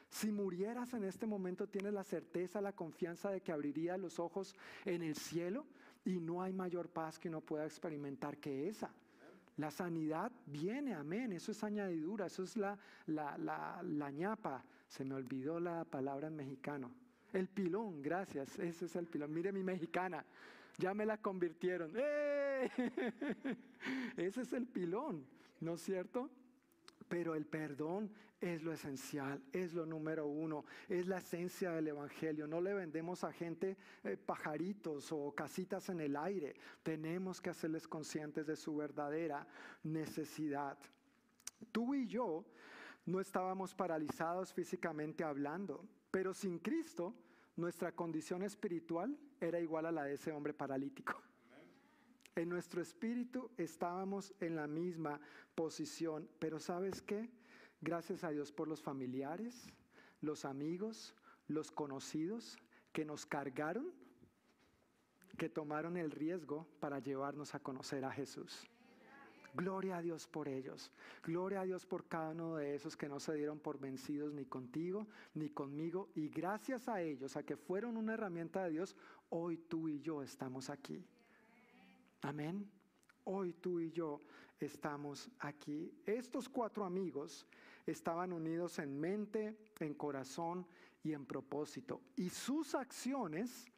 Si murieras en este momento, tienes la certeza, la confianza de que abriría los ojos en el cielo, y no hay mayor paz que uno pueda experimentar que esa. La sanidad viene, amén, eso es añadidura, eso es la, la, la, la ñapa, se me olvidó la palabra en mexicano. El pilón, gracias, ese es el pilón. Mire mi mexicana, ya me la convirtieron. ¡Eh! Ese es el pilón, ¿no es cierto? Pero el perdón es lo esencial, es lo número uno, es la esencia del evangelio. No le vendemos a gente eh, pajaritos o casitas en el aire. Tenemos que hacerles conscientes de su verdadera necesidad. Tú y yo no estábamos paralizados físicamente hablando, pero sin Cristo nuestra condición espiritual era igual a la de ese hombre paralítico. En nuestro espíritu estábamos en la misma posición, pero ¿sabes qué? Gracias a Dios por los familiares, los amigos, los conocidos que nos cargaron, que tomaron el riesgo para llevarnos a conocer a Jesús. Gloria a Dios por ellos, gloria a Dios por cada uno de esos que no se dieron por vencidos ni contigo ni conmigo, y gracias a ellos, a que fueron una herramienta de Dios, hoy tú y yo estamos aquí. Amén. Hoy tú y yo estamos aquí. Estos cuatro amigos estaban unidos en mente, en corazón y en propósito. Y sus acciones,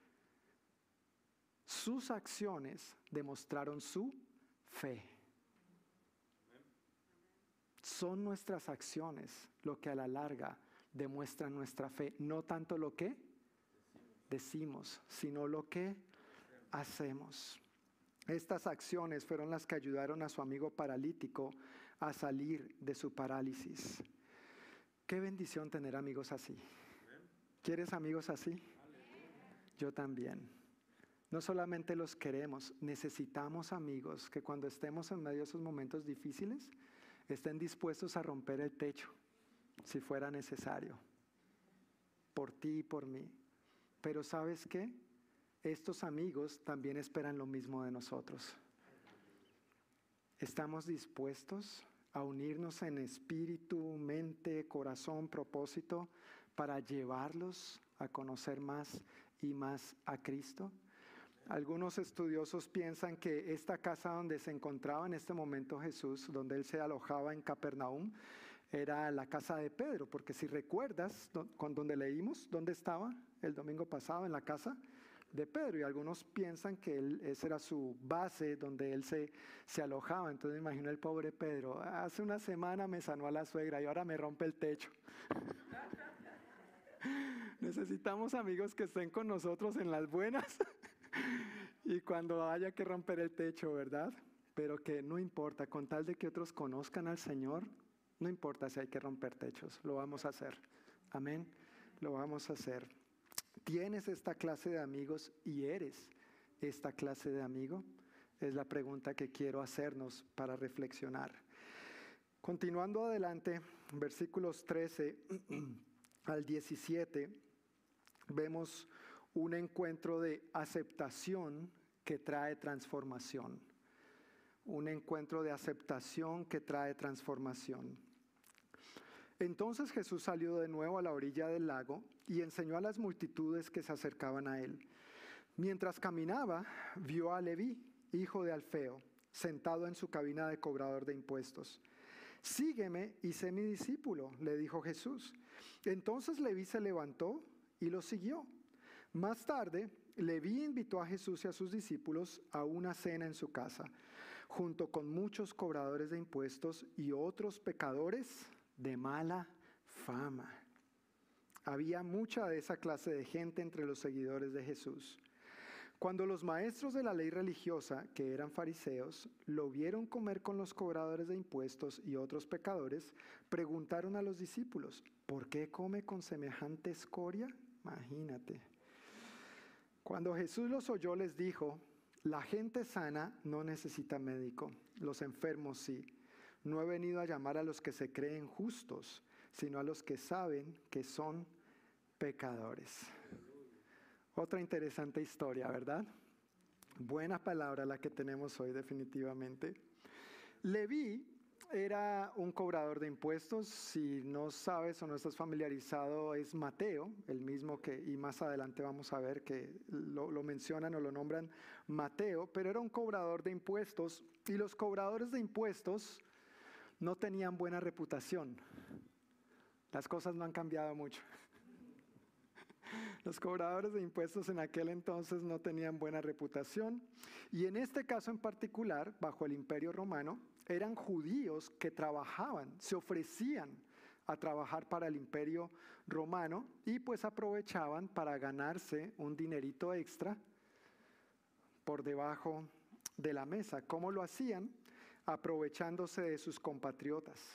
sus acciones demostraron su fe. Son nuestras acciones lo que a la larga demuestran nuestra fe. No tanto lo que decimos, sino lo que hacemos. Estas acciones fueron las que ayudaron a su amigo paralítico a salir de su parálisis. Qué bendición tener amigos así. ¿Quieres amigos así? Yo también. No solamente los queremos, necesitamos amigos que cuando estemos en medio de esos momentos difíciles estén dispuestos a romper el techo, si fuera necesario, por ti y por mí. Pero ¿sabes qué? Estos amigos también esperan lo mismo de nosotros. ¿Estamos dispuestos a unirnos en espíritu, mente, corazón, propósito para llevarlos a conocer más y más a Cristo? Algunos estudiosos piensan que esta casa donde se encontraba en este momento Jesús, donde él se alojaba en Capernaum, era la casa de Pedro, porque si recuerdas, con donde leímos, ¿dónde estaba el domingo pasado? En la casa de Pedro, y algunos piensan que él, esa era su base donde él se, se alojaba. Entonces me imagino el pobre Pedro, hace una semana me sanó a la suegra y ahora me rompe el techo. Necesitamos amigos que estén con nosotros en las buenas y cuando haya que romper el techo, ¿verdad? Pero que no importa, con tal de que otros conozcan al Señor, no importa si hay que romper techos, lo vamos a hacer. Amén, lo vamos a hacer. ¿Tienes esta clase de amigos y eres esta clase de amigo? Es la pregunta que quiero hacernos para reflexionar. Continuando adelante, versículos trece al diecisiete, vemos un encuentro de aceptación que trae transformación. Un encuentro de aceptación que trae transformación. Entonces Jesús salió de nuevo a la orilla del lago y enseñó a las multitudes que se acercaban a él. Mientras caminaba, vio a Leví, hijo de Alfeo, sentado en su cabina de cobrador de impuestos. Sígueme y sé mi discípulo, le dijo Jesús. Entonces Leví se levantó y lo siguió. Más tarde, Leví invitó a Jesús y a sus discípulos a una cena en su casa, junto con muchos cobradores de impuestos y otros pecadores de mala fama. Había mucha de esa clase de gente entre los seguidores de Jesús. Cuando los maestros de la ley religiosa, que eran fariseos, lo vieron comer con los cobradores de impuestos y otros pecadores, preguntaron a los discípulos, ¿por qué come con semejante escoria? Imagínate. Cuando Jesús los oyó, les dijo, la gente sana no necesita médico, los enfermos sí. No he venido a llamar a los que se creen justos, sino a los que saben que son pecadores. Otra interesante historia, ¿verdad? Buena palabra la que tenemos hoy definitivamente. Leví era un cobrador de impuestos. Si no sabes o no estás familiarizado, es Mateo, el mismo que, y más adelante vamos a ver que lo, lo mencionan o lo nombran Mateo, pero era un cobrador de impuestos y los cobradores de impuestos no tenían buena reputación. Las cosas no han cambiado mucho. Los cobradores de impuestos en aquel entonces no tenían buena reputación y en este caso en particular, bajo el Imperio Romano, eran judíos que trabajaban, se ofrecían a trabajar para el Imperio Romano y pues aprovechaban para ganarse un dinerito extra por debajo de la mesa. ¿Cómo lo hacían? Aprovechándose de sus compatriotas.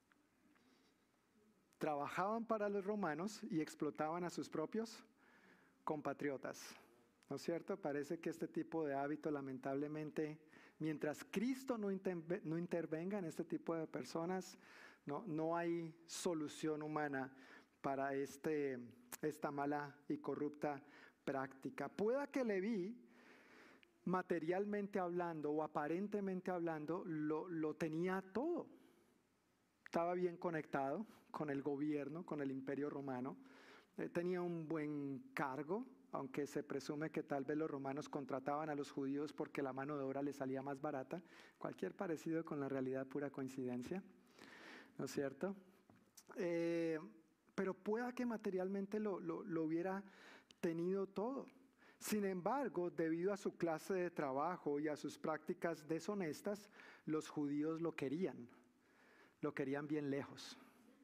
Trabajaban para los romanos y explotaban a sus propios compatriotas. ¿No es cierto? Parece que este tipo de hábito, lamentablemente, mientras Cristo no, interve- no intervenga en este tipo de personas, no, no hay solución humana para este, esta mala y corrupta práctica. Pueda que Leví, materialmente hablando o aparentemente hablando, lo, lo tenía todo. Estaba bien conectado con el gobierno, con el Imperio Romano. Eh, tenía un buen cargo, aunque se presume que tal vez los romanos contrataban a los judíos porque la mano de obra les salía más barata. Cualquier parecido con la realidad, pura coincidencia, ¿no es cierto? Eh, pero pueda que materialmente lo, lo, lo hubiera tenido todo. Sin embargo, debido a su clase de trabajo y a sus prácticas deshonestas, los judíos lo querían. Lo querían bien lejos.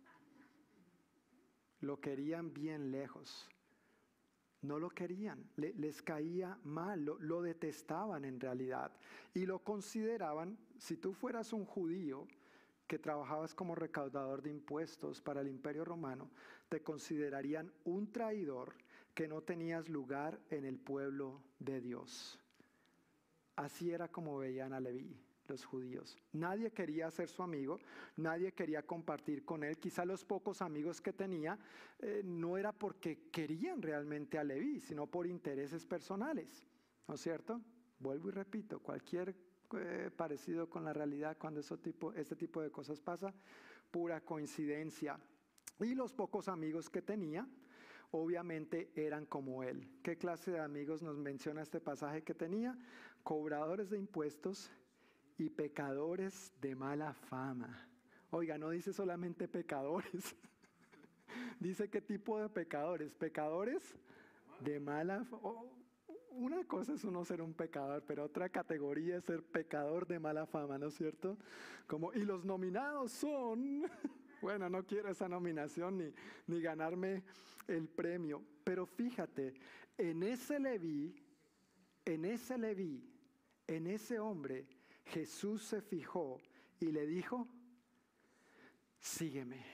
Lo querían bien lejos. No lo querían, le, les caía mal, lo, lo detestaban en realidad. Y lo consideraban, si tú fueras un judío que trabajabas como recaudador de impuestos para el Imperio Romano, te considerarían un traidor que no tenías lugar en el pueblo de Dios. Así era como veían a Leví los judíos. Nadie quería ser su amigo, nadie quería compartir con él. Quizá los pocos amigos que tenía eh, no era porque querían realmente a Leví, sino por intereses personales, ¿no es cierto? Vuelvo y repito, cualquier eh, parecido con la realidad cuando eso tipo, este tipo de cosas pasa, pura coincidencia. Y los pocos amigos que tenía, obviamente eran como él. ¿Qué clase de amigos nos menciona este pasaje que tenía? Cobradores de impuestos y pecadores de mala fama. Oiga, no dice solamente pecadores. Dice qué tipo de pecadores. Pecadores de mala fama. Oh, una cosa es uno ser un pecador, pero otra categoría es ser pecador de mala fama, ¿no es cierto? Como, y los nominados son... Bueno, no quiero esa nominación ni, ni ganarme el premio. Pero fíjate, en ese Leví, en ese Leví, en ese hombre, Jesús se fijó y le dijo, sígueme.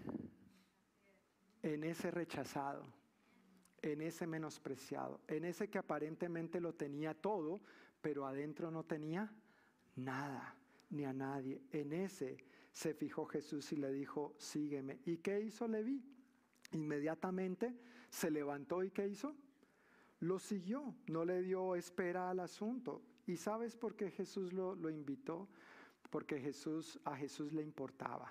En ese rechazado, en ese menospreciado, en ese que aparentemente lo tenía todo, pero adentro no tenía nada, ni a nadie. En ese se fijó Jesús y le dijo, sígueme. ¿Y qué hizo Leví? Inmediatamente se levantó y ¿qué hizo? Lo siguió, no le dio espera al asunto. ¿Y sabes por qué Jesús lo, lo invitó? Porque Jesús, a Jesús le importaba.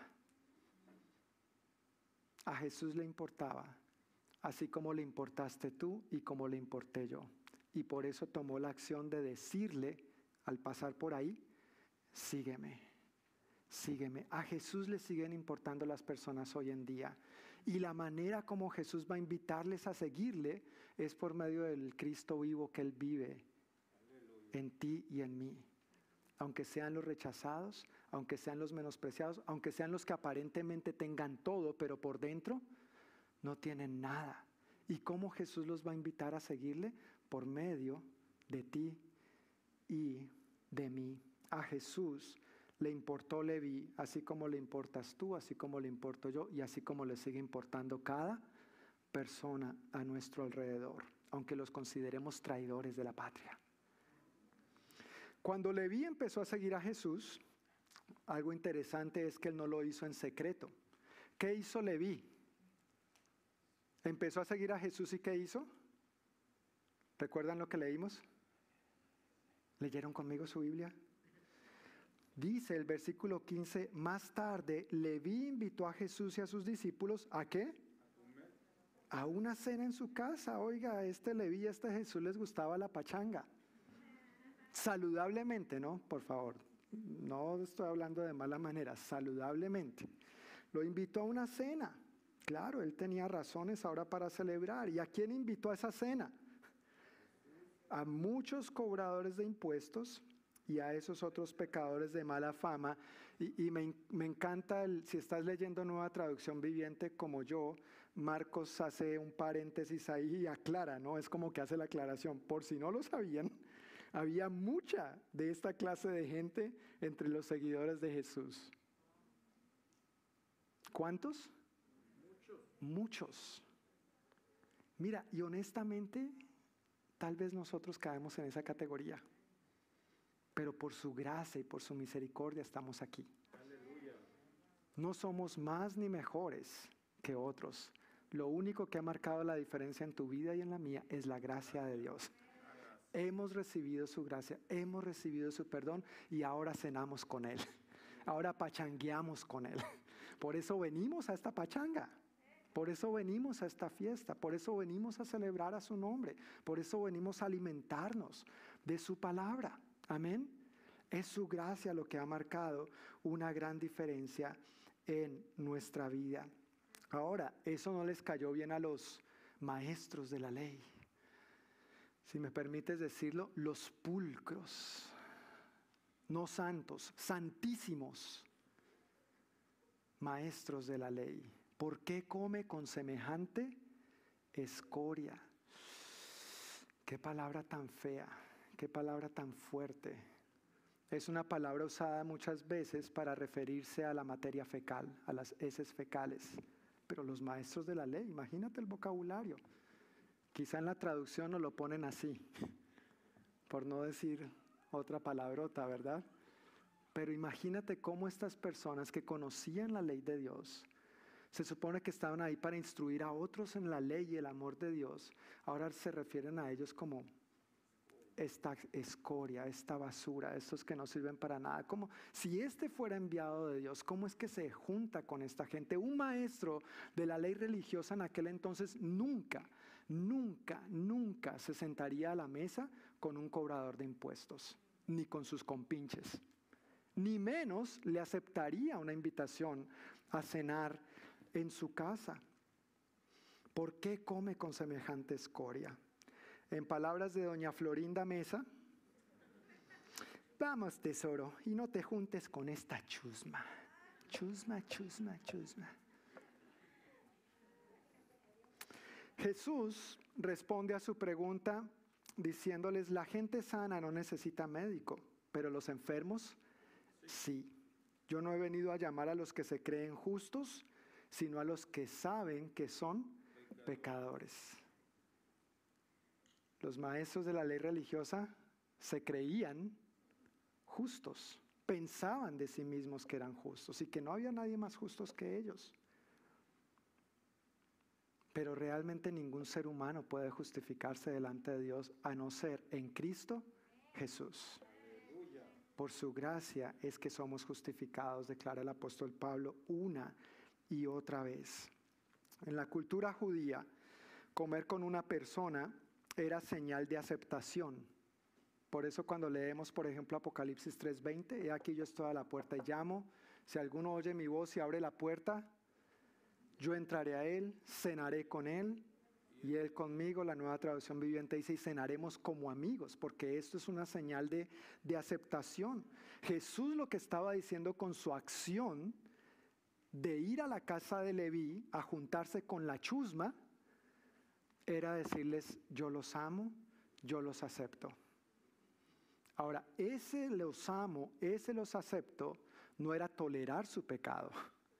A Jesús le importaba, así como le importaste tú y como le importé yo. Y por eso tomó la acción de decirle, al pasar por ahí, sígueme, sígueme. A Jesús le siguen importando las personas hoy en día. Y la manera como Jesús va a invitarles a seguirle es por medio del Cristo vivo que Él vive en ti y en mí. Aunque sean los rechazados, aunque sean los menospreciados, aunque sean los que aparentemente tengan todo, pero por dentro no tienen nada. ¿Y cómo Jesús los va a invitar a seguirle? Por medio de ti y de mí. A Jesús le importó Leví, así como le importas tú, así como le importo yo, y así como le sigue importando cada persona a nuestro alrededor, aunque los consideremos traidores de la patria. Cuando Leví empezó a seguir a Jesús, algo interesante es que él no lo hizo en secreto. ¿Qué hizo Leví? Empezó a seguir a Jesús y ¿qué hizo? ¿Recuerdan lo que leímos? ¿Leyeron conmigo su Biblia? Dice el versículo quince, más tarde Leví invitó a Jesús y a sus discípulos, ¿a qué? A una cena en su casa. Oiga, a este Leví y a este Jesús les gustaba la pachanga. Saludablemente, ¿no? Por favor, no estoy hablando de mala manera, saludablemente. Lo invitó a una cena. Claro, él tenía razones ahora para celebrar. ¿Y a quién invitó a esa cena? A muchos cobradores de impuestos y a esos otros pecadores de mala fama. Y, y me, me encanta, el, si estás leyendo Nueva Traducción Viviente como yo, Marcos hace un paréntesis ahí y aclara, ¿no? Es como que hace la aclaración. Por si no lo sabían, había mucha de esta clase de gente entre los seguidores de Jesús. ¿Cuántos? Muchos. Muchos. Mira, y honestamente, tal vez nosotros caemos en esa categoría, pero por su gracia y por su misericordia estamos aquí. Aleluya. No somos más ni mejores que otros. Lo único que ha marcado la diferencia en tu vida y en la mía es la gracia de Dios. Hemos recibido su gracia, hemos recibido su perdón y ahora cenamos con Él. Ahora pachangueamos con Él. Por eso venimos a esta pachanga. Por eso venimos a esta fiesta. Por eso venimos a celebrar a su nombre. Por eso venimos a alimentarnos de su palabra. Amén. Es su gracia lo que ha marcado una gran diferencia en nuestra vida. Ahora, eso no les cayó bien a los maestros de la ley. Si me permites decirlo, los pulcros, no santos, santísimos maestros de la ley. ¿Por qué come con semejante escoria? Qué palabra tan fea, qué palabra tan fuerte. Es una palabra usada muchas veces para referirse a la materia fecal, a las heces fecales. Pero los maestros de la ley, imagínate el vocabulario. Quizá en la traducción nos lo ponen así, por no decir otra palabrota, ¿verdad? Pero imagínate cómo estas personas que conocían la ley de Dios, se supone que estaban ahí para instruir a otros en la ley y el amor de Dios, ahora se refieren a ellos como esta escoria, esta basura, estos que no sirven para nada. Como si este fuera enviado de Dios, ¿cómo es que se junta con esta gente? Un maestro de la ley religiosa en aquel entonces nunca, nunca, nunca se sentaría a la mesa con un cobrador de impuestos, ni con sus compinches, ni menos le aceptaría una invitación a cenar en su casa. ¿Por qué come con semejante escoria? En palabras de doña Florinda Mesa, vamos tesoro, y no te juntes con esta chusma, chusma, chusma, chusma. Jesús responde a su pregunta diciéndoles, la gente sana no necesita médico, pero los enfermos sí. Yo no he venido a llamar a los que se creen justos, sino a los que saben que son pecadores. Los maestros de la ley religiosa se creían justos, pensaban de sí mismos que eran justos y que no había nadie más justos que ellos. Pero realmente ningún ser humano puede justificarse delante de Dios a no ser en Cristo Jesús. Por su gracia es que somos justificados, declara el apóstol Pablo una y otra vez. En la cultura judía, comer con una persona era señal de aceptación. Por eso cuando leemos, por ejemplo, Apocalipsis tres veinte, he aquí yo estoy a la puerta y llamo, si alguno oye mi voz y abre la puerta, yo entraré a él, cenaré con él y él conmigo. La Nueva Traducción Viviente dice, y cenaremos como amigos, porque esto es una señal de, de aceptación. Jesús lo que estaba diciendo con su acción de ir a la casa de Leví a juntarse con la chusma, era decirles, yo los amo, yo los acepto. Ahora, ese los amo, ese los acepto, no era tolerar su pecado.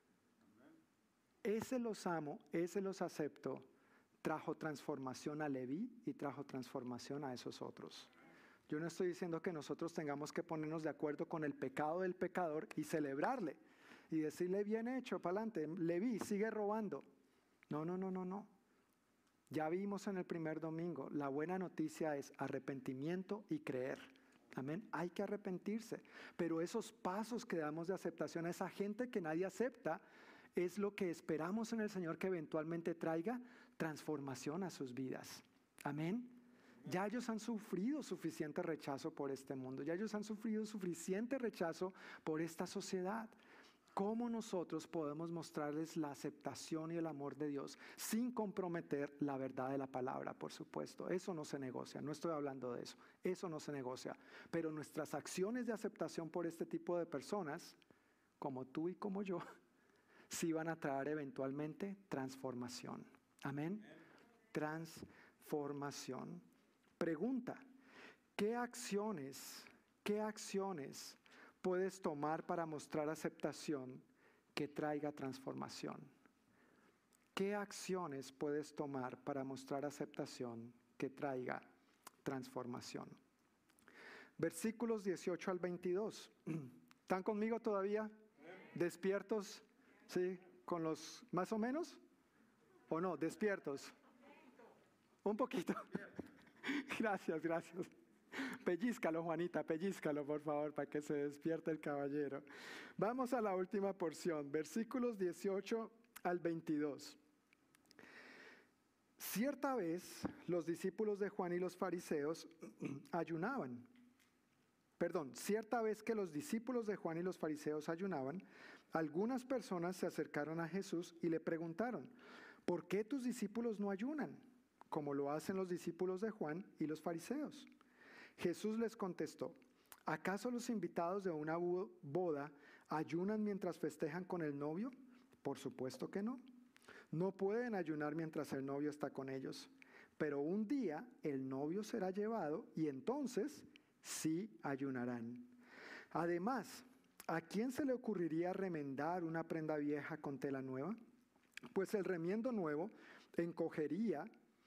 Ese los amo, ese los acepto, trajo transformación a Leví y trajo transformación a esos otros. Yo no estoy diciendo que nosotros tengamos que ponernos de acuerdo con el pecado del pecador y celebrarle y decirle, bien hecho, para adelante, Leví, sigue robando. No, no, no, no, no. Ya vimos en el primer domingo, la buena noticia es arrepentimiento y creer. Amén. Hay que arrepentirse. Pero esos pasos que damos de aceptación a esa gente que nadie acepta es lo que esperamos en el Señor que eventualmente traiga transformación a sus vidas. Amén. Ya ellos han sufrido suficiente rechazo por este mundo. Ya ellos han sufrido suficiente rechazo por esta sociedad. ¿Cómo nosotros podemos mostrarles la aceptación y el amor de Dios sin comprometer la verdad de la palabra? Por supuesto, eso no se negocia, no estoy hablando de eso, eso no se negocia. Pero nuestras acciones de aceptación por este tipo de personas, como tú y como yo, sí van a traer eventualmente transformación. Amén. Transformación. Pregunta, ¿qué acciones, qué acciones puedes tomar para mostrar aceptación que traiga transformación? ¿Qué acciones puedes tomar para mostrar aceptación que traiga transformación? Versículos dieciocho al veintidós. ¿Están conmigo todavía? ¿Despiertos? ¿Sí? ¿Con los más o menos? ¿O no? ¿Despiertos? Un poquito. Gracias, gracias. Pellízcalo, Juanita, pellízcalo, por favor, para que se despierte el caballero. Vamos a la última porción, versículos dieciocho al veintidós. Cierta vez, los discípulos de Juan y los fariseos ayunaban. Perdón, cierta vez que los discípulos de Juan y los fariseos ayunaban, algunas personas se acercaron a Jesús y le preguntaron, ¿por qué tus discípulos no ayunan, como lo hacen los discípulos de Juan y los fariseos? Jesús les contestó, ¿acaso los invitados de una boda ayunan mientras festejan con el novio? Por supuesto que no. No pueden ayunar mientras el novio está con ellos. Pero un día el novio será llevado y entonces sí ayunarán. Además, ¿a quién se le ocurriría remendar una prenda vieja con tela nueva? Pues el remiendo nuevo encogería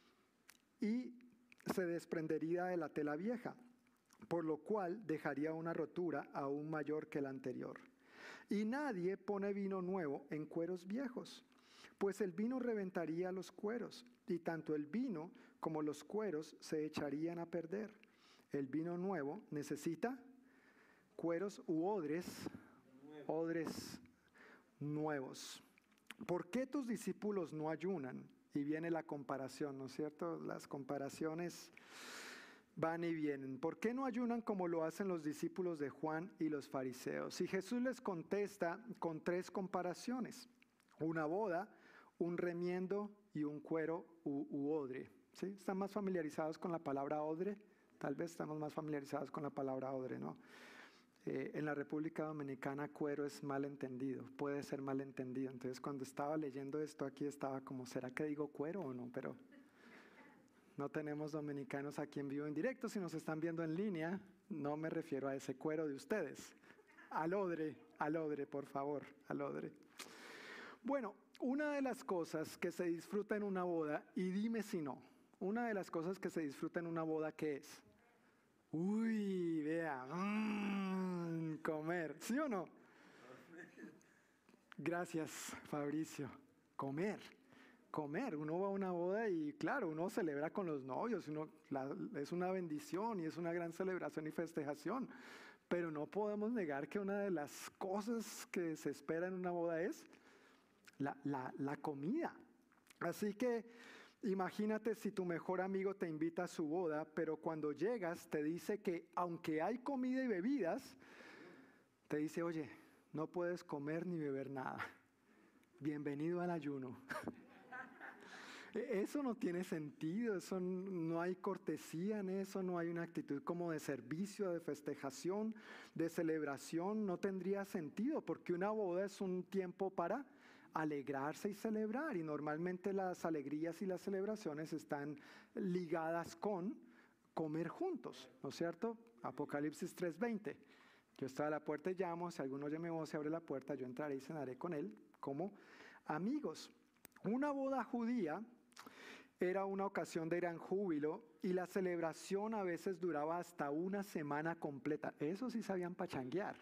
y se desprendería de la tela vieja, por lo cual dejaría una rotura aún mayor que la anterior. Y nadie pone vino nuevo en cueros viejos, pues el vino reventaría los cueros, y tanto el vino como los cueros se echarían a perder. El vino nuevo necesita cueros u odres, odres nuevos. ¿Por qué tus discípulos no ayunan? Y viene la comparación, ¿no es cierto? Las comparaciones van y vienen. ¿Por qué no ayunan como lo hacen los discípulos de Juan y los fariseos? Y Jesús les contesta con tres comparaciones. Una boda, un remiendo y un cuero u, u odre. ¿Sí? ¿Están más familiarizados con la palabra odre? Tal vez estamos más familiarizados con la palabra odre, ¿no? Eh, en la República Dominicana cuero es mal entendido, puede ser mal entendido. Entonces cuando estaba leyendo esto aquí estaba como, ¿será que digo cuero o no? Pero no tenemos dominicanos aquí en vivo en directo. Si nos están viendo en línea, no me refiero a ese cuero de ustedes. Al odre, al odre, por favor, al odre. Bueno, una de las cosas que se disfruta en una boda, y dime si no, una de las cosas que se disfruta en una boda, ¿qué es? Uy, vea, mmm, comer, ¿sí o no? Gracias, Fabricio. Comer, comer. Uno va a una boda y claro, uno celebra con los novios, uno, la, es una bendición y es una gran celebración y festejación. Pero no podemos negar que una de las cosas que se espera en una boda es la, la, la comida. Así que imagínate si tu mejor amigo te invita a su boda, pero cuando llegas te dice que aunque hay comida y bebidas, te dice, oye, no puedes comer ni beber nada. Bienvenido al ayuno. Eso no tiene sentido, eso no hay cortesía en eso, no hay una actitud como de servicio, de festejación, de celebración, no tendría sentido, porque una boda es un tiempo para alegrarse y celebrar, y normalmente las alegrías y las celebraciones están ligadas con comer juntos, ¿no es cierto? Apocalipsis tres veinte. Yo estoy a la puerta y llamo, si alguno oye mi voz y abre la puerta, yo entraré y cenaré con él como amigos. Una boda judía era una ocasión de gran júbilo y la celebración a veces duraba hasta una semana completa. Eso sí sabían pachanguear.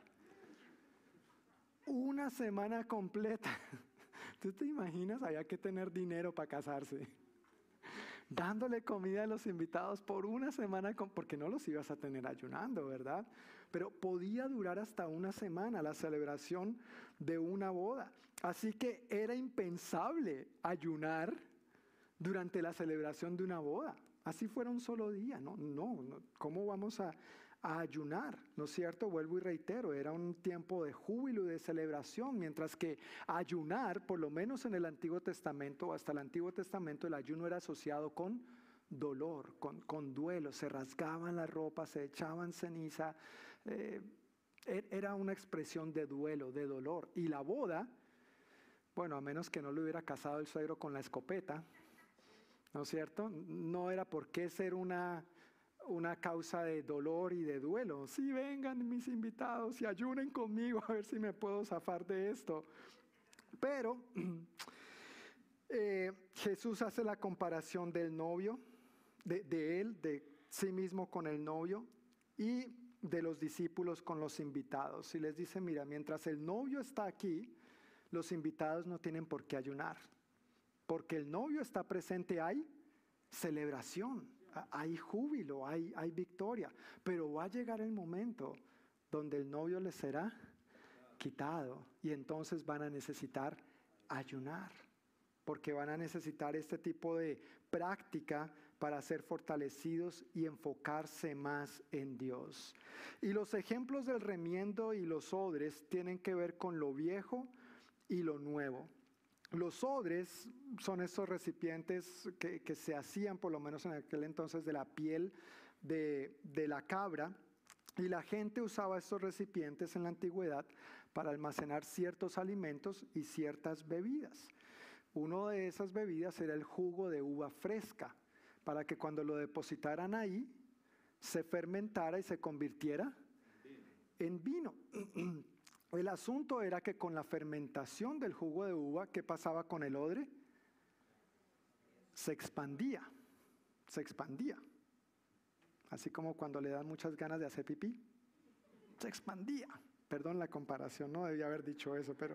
Una semana completa. ¿Tú te imaginas? Había que tener dinero para casarse. dándole comida a los invitados por una semana, porque no los ibas a tener ayunando, ¿verdad? Pero podía durar hasta una semana la celebración de una boda. Así que era impensable ayunar durante la celebración de una boda. Así fuera un solo día, no, no, no. ¿Cómo vamos a, a ayunar? ¿No es cierto? Vuelvo y reitero, era un tiempo de júbilo y de celebración, mientras que ayunar, por lo menos en el Antiguo Testamento o hasta el Antiguo Testamento, el ayuno era asociado con dolor, con, con duelo, se rasgaban las ropas, se echaban ceniza, eh, era una expresión de duelo, de dolor. Y la boda, bueno, a menos que no le hubiera casado el suegro con la escopeta, ¿no es cierto? No era por qué ser una, una causa de dolor y de duelo. Sí, vengan mis invitados y ayunen conmigo a ver si me puedo zafar de esto. Pero eh, Jesús hace la comparación del novio, de, de él, de sí mismo con el novio y de los discípulos con los invitados. Y les dice, mira, mientras el novio está aquí, los invitados no tienen por qué ayunar. Porque el novio está presente, hay celebración, hay júbilo, hay, hay victoria. Pero va a llegar el momento donde el novio les será quitado y entonces van a necesitar ayunar. Porque van a necesitar este tipo de práctica para ser fortalecidos y enfocarse más en Dios. Y los ejemplos del remiendo y los odres tienen que ver con lo viejo y lo nuevo. Los odres son estos recipientes que, que se hacían, por lo menos en aquel entonces, de la piel de, de la cabra, y la gente usaba estos recipientes en la antigüedad para almacenar ciertos alimentos y ciertas bebidas. Una de esas bebidas era el jugo de uva fresca, para que cuando lo depositaran ahí, se fermentara y se convirtiera en vino. El asunto era que con la fermentación del jugo de uva, ¿qué pasaba con el odre? Se expandía, se expandía. Así como cuando le dan muchas ganas de hacer pipí, se expandía. Perdón la comparación, no debía haber dicho eso, pero...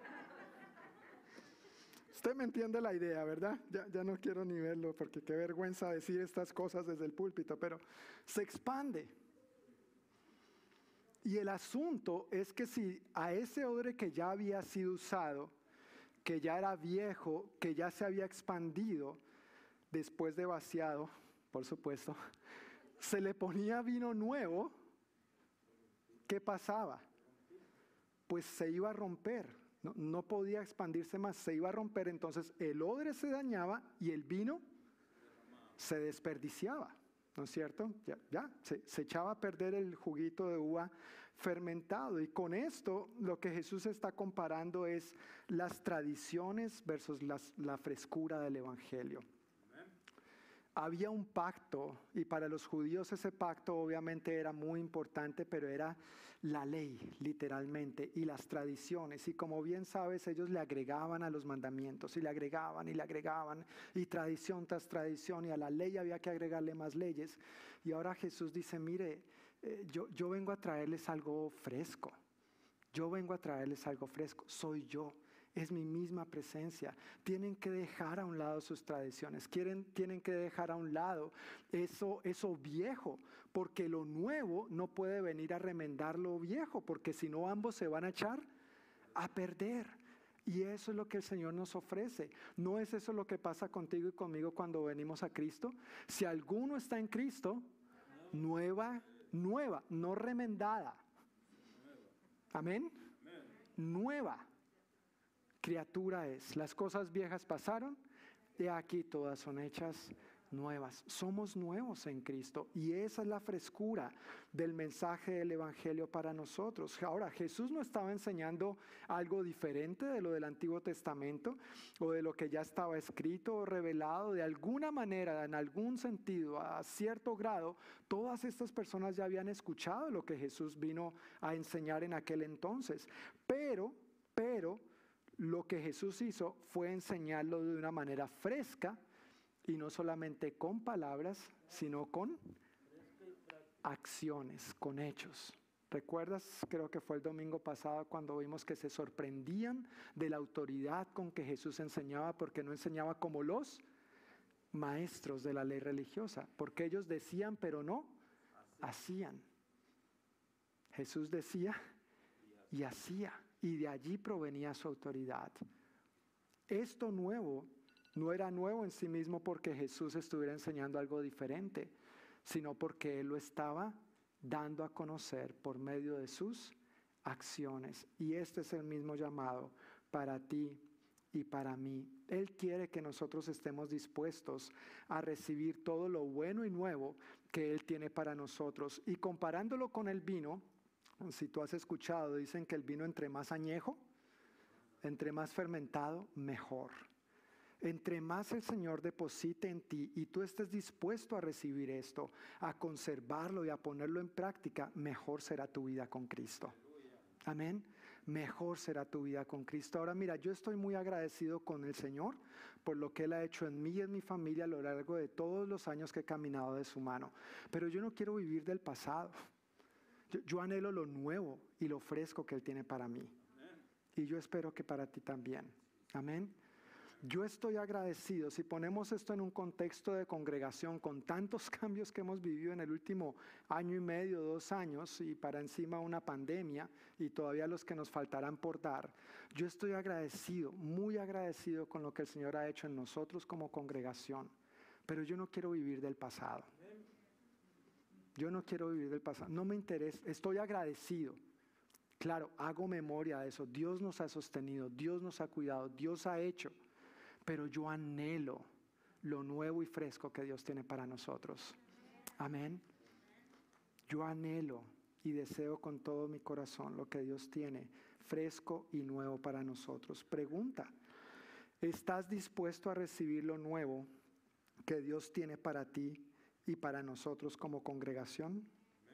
Usted me entiende la idea, ¿verdad? Ya, ya no quiero ni verlo, porque qué vergüenza decir estas cosas desde el púlpito, pero se expande. Y el asunto es que si a ese odre que ya había sido usado, que ya era viejo, que ya se había expandido, después de vaciado, por supuesto, se le ponía vino nuevo, ¿qué pasaba? Pues se iba a romper, no, no podía expandirse más, se iba a romper, entonces el odre se dañaba y el vino se desperdiciaba. ¿No es cierto? Ya, ya se, se echaba a perder el juguito de uva fermentado. Y con esto lo que Jesús está comparando es las tradiciones versus las, la frescura del Evangelio. Amen. Había un pacto y para los judíos ese pacto obviamente era muy importante, pero era la ley literalmente y las tradiciones. Y como bien sabes, ellos le agregaban a los mandamientos y le agregaban y le agregaban y tradición tras tradición y a la ley había que agregarle más leyes. Y ahora Jesús dice, mire, eh, yo, yo vengo a traerles algo fresco. Yo vengo a traerles algo fresco. Soy yo. Es mi misma presencia. Tienen que dejar a un lado sus tradiciones. Quieren, tienen que dejar a un lado eso, eso viejo, porque lo nuevo no puede venir a remendar lo viejo, porque si no ambos se van a echar a perder. Y eso es lo que el Señor nos ofrece. ¿No es eso lo que pasa contigo y conmigo cuando venimos a Cristo? Si alguno está en Cristo, nueva, nueva, no remendada. Amén. Nueva criatura es. Las cosas viejas pasaron, y aquí todas son hechas nuevas. Somos nuevos en Cristo y esa es la frescura del mensaje del Evangelio para nosotros. Ahora, Jesús no estaba enseñando algo diferente de lo del Antiguo Testamento o de lo que ya estaba escrito o revelado. De alguna manera, en algún sentido, a cierto grado, todas estas personas ya habían escuchado lo que Jesús vino a enseñar en aquel entonces. Pero, pero, lo que Jesús hizo fue enseñarlo de una manera fresca y no solamente con palabras, sino con acciones, con hechos. ¿Recuerdas? Creo que fue el domingo pasado cuando vimos que se sorprendían de la autoridad con que Jesús enseñaba, porque no enseñaba como los maestros de la ley religiosa, porque ellos decían pero no hacían. Jesús decía y hacía, y de allí provenía su autoridad. Esto nuevo no era nuevo en sí mismo porque Jesús estuviera enseñando algo diferente, sino porque Él lo estaba dando a conocer por medio de sus acciones. Y este es el mismo llamado para ti y para mí. Él quiere que nosotros estemos dispuestos a recibir todo lo bueno y nuevo que Él tiene para nosotros. Y comparándolo con el vino, si tú has escuchado, dicen que el vino entre más añejo, entre más fermentado, mejor. Entre más el Señor deposite en ti y tú estés dispuesto a recibir esto, a conservarlo y a ponerlo en práctica, mejor será tu vida con Cristo. Amén. Mejor será tu vida con Cristo. Ahora mira, yo estoy muy agradecido con el Señor por lo que Él ha hecho en mí y en mi familia a lo largo de todos los años que he caminado de su mano. Pero yo no quiero vivir del pasado. Yo, yo anhelo lo nuevo y lo fresco que Él tiene para mí. Y yo espero que para ti también. Amén. Yo estoy agradecido, si ponemos esto en un contexto de congregación, con tantos cambios que hemos vivido en el último año y medio, dos años, y para encima una pandemia, y todavía los que nos faltarán por dar, yo estoy agradecido, muy agradecido con lo que el Señor ha hecho en nosotros como congregación, pero yo no quiero vivir del pasado. Yo no quiero vivir del pasado, no me interesa, estoy agradecido. Claro, hago memoria de eso, Dios nos ha sostenido, Dios nos ha cuidado, Dios ha hecho. Pero yo anhelo lo nuevo y fresco que Dios tiene para nosotros. Amén. Yo anhelo y deseo con todo mi corazón lo que Dios tiene fresco y nuevo para nosotros. Pregunta, ¿estás dispuesto a recibir lo nuevo que Dios tiene para ti y para nosotros como congregación?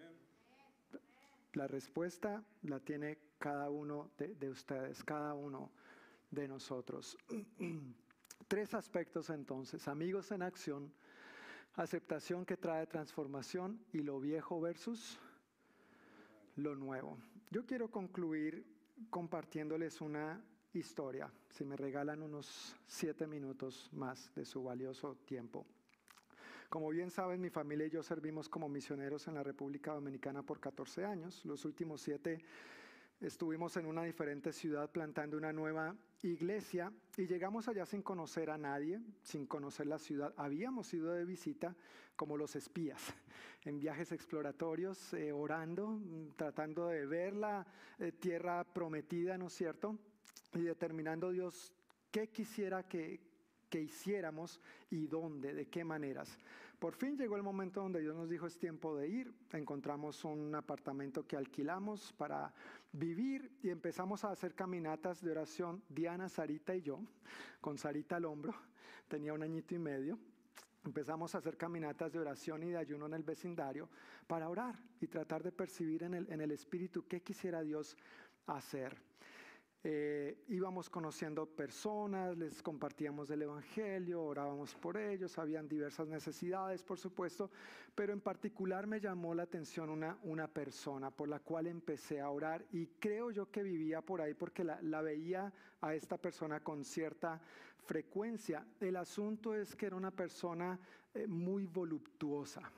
La respuesta la tiene cada uno de, de ustedes, cada uno de nosotros. Tres aspectos entonces: amigos en acción, aceptación que trae transformación y lo viejo versus lo nuevo. Yo quiero concluir compartiéndoles una historia, si me regalan unos siete minutos más de su valioso tiempo. Como bien saben, mi familia y yo servimos como misioneros en la República Dominicana por catorce años. Los últimos siete estuvimos en una diferente ciudad plantando una nueva iglesia y llegamos allá sin conocer a nadie, sin conocer la ciudad. Habíamos ido de visita como los espías, en viajes exploratorios, eh, orando, tratando de ver la eh, tierra prometida, ¿no es cierto? Y determinando Dios qué quisiera que, que hiciéramos y dónde, de qué maneras. Por fin llegó el momento donde Dios nos dijo es tiempo de ir. Encontramos un apartamento que alquilamos para vivir y empezamos a hacer caminatas de oración, Diana, Sarita y yo, con Sarita al hombro, tenía un añito y medio. Empezamos a hacer caminatas de oración y de ayuno en el vecindario para orar y tratar de percibir en el, en el espíritu qué quisiera Dios hacer. Eh, íbamos conociendo personas, les compartíamos del evangelio, orábamos por ellos, habían diversas necesidades, por supuesto, pero en particular me llamó la atención una, una persona por la cual empecé a orar y creo yo que vivía por ahí porque la, la veía a esta persona con cierta frecuencia. El asunto es que era una persona eh, muy voluptuosa.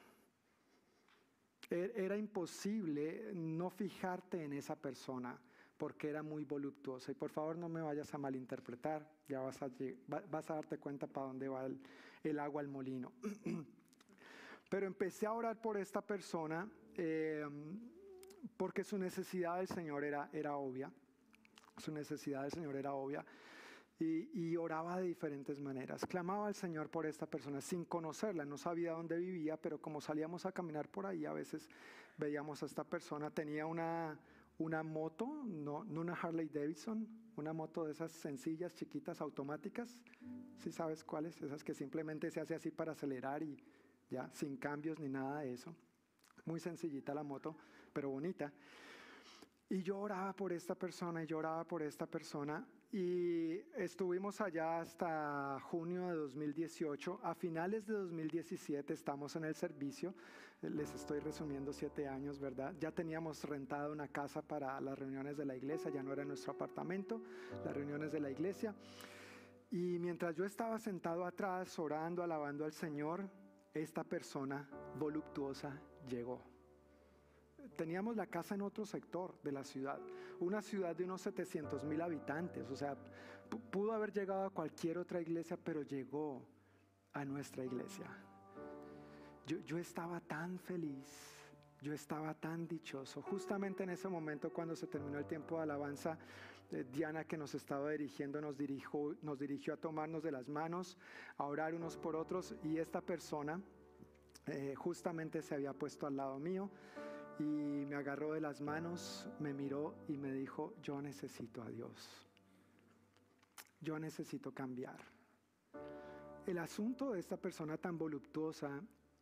Era imposible no fijarte en esa persona, porque era muy voluptuosa. Y por favor no me vayas a malinterpretar, ya vas a, vas a darte cuenta para dónde va el, el agua al molino. Pero empecé a orar por esta persona eh, porque su necesidad del Señor era, era obvia. Su necesidad del Señor era obvia. Y, y oraba de diferentes maneras. Clamaba al Señor por esta persona sin conocerla. No sabía dónde vivía, pero como salíamos a caminar por ahí, a veces veíamos a esta persona. Tenía una... una moto, no, no una Harley Davidson, una moto de esas sencillas, chiquitas, automáticas. ¿Sí sabes cuáles? Esas que simplemente se hace así para acelerar y ya, sin cambios ni nada de eso. Muy sencillita la moto, pero bonita. Y yo oraba por esta persona y yo oraba por esta persona y estuvimos allá hasta junio de dos mil dieciocho. A finales de dos mil diecisiete estamos en el servicio. Les estoy resumiendo siete años, ¿verdad? Ya teníamos rentada una casa para las reuniones de la iglesia, ya no era nuestro apartamento, las reuniones de la iglesia. Y mientras yo estaba sentado atrás, orando, alabando al Señor, esta persona voluptuosa llegó. Teníamos la casa en otro sector de la ciudad, una ciudad de unos setecientos mil habitantes, o sea, pudo haber llegado a cualquier otra iglesia, pero llegó a nuestra iglesia. Yo, yo estaba tan feliz, yo estaba tan dichoso. Justamente en ese momento, cuando se terminó el tiempo de alabanza, eh, Diana, que nos estaba dirigiendo, nos dirigió, nos dirigió a tomarnos de las manos, a orar unos por otros, y esta persona eh, justamente se había puesto al lado mío y me agarró de las manos, me miró y me dijo: yo necesito a Dios, yo necesito cambiar. El asunto de esta persona tan voluptuosa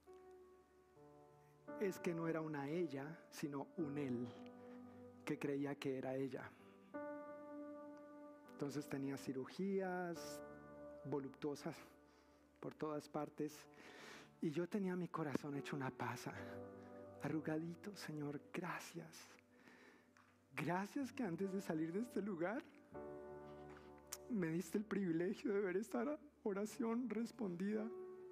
es que no era una ella, sino un él, que creía que era ella. Entonces tenía cirugías voluptuosas por todas partes, y yo tenía mi corazón hecho una pasa, arrugadito. Señor, gracias. Gracias que antes de salir de este lugar me diste el privilegio de ver esta oración respondida.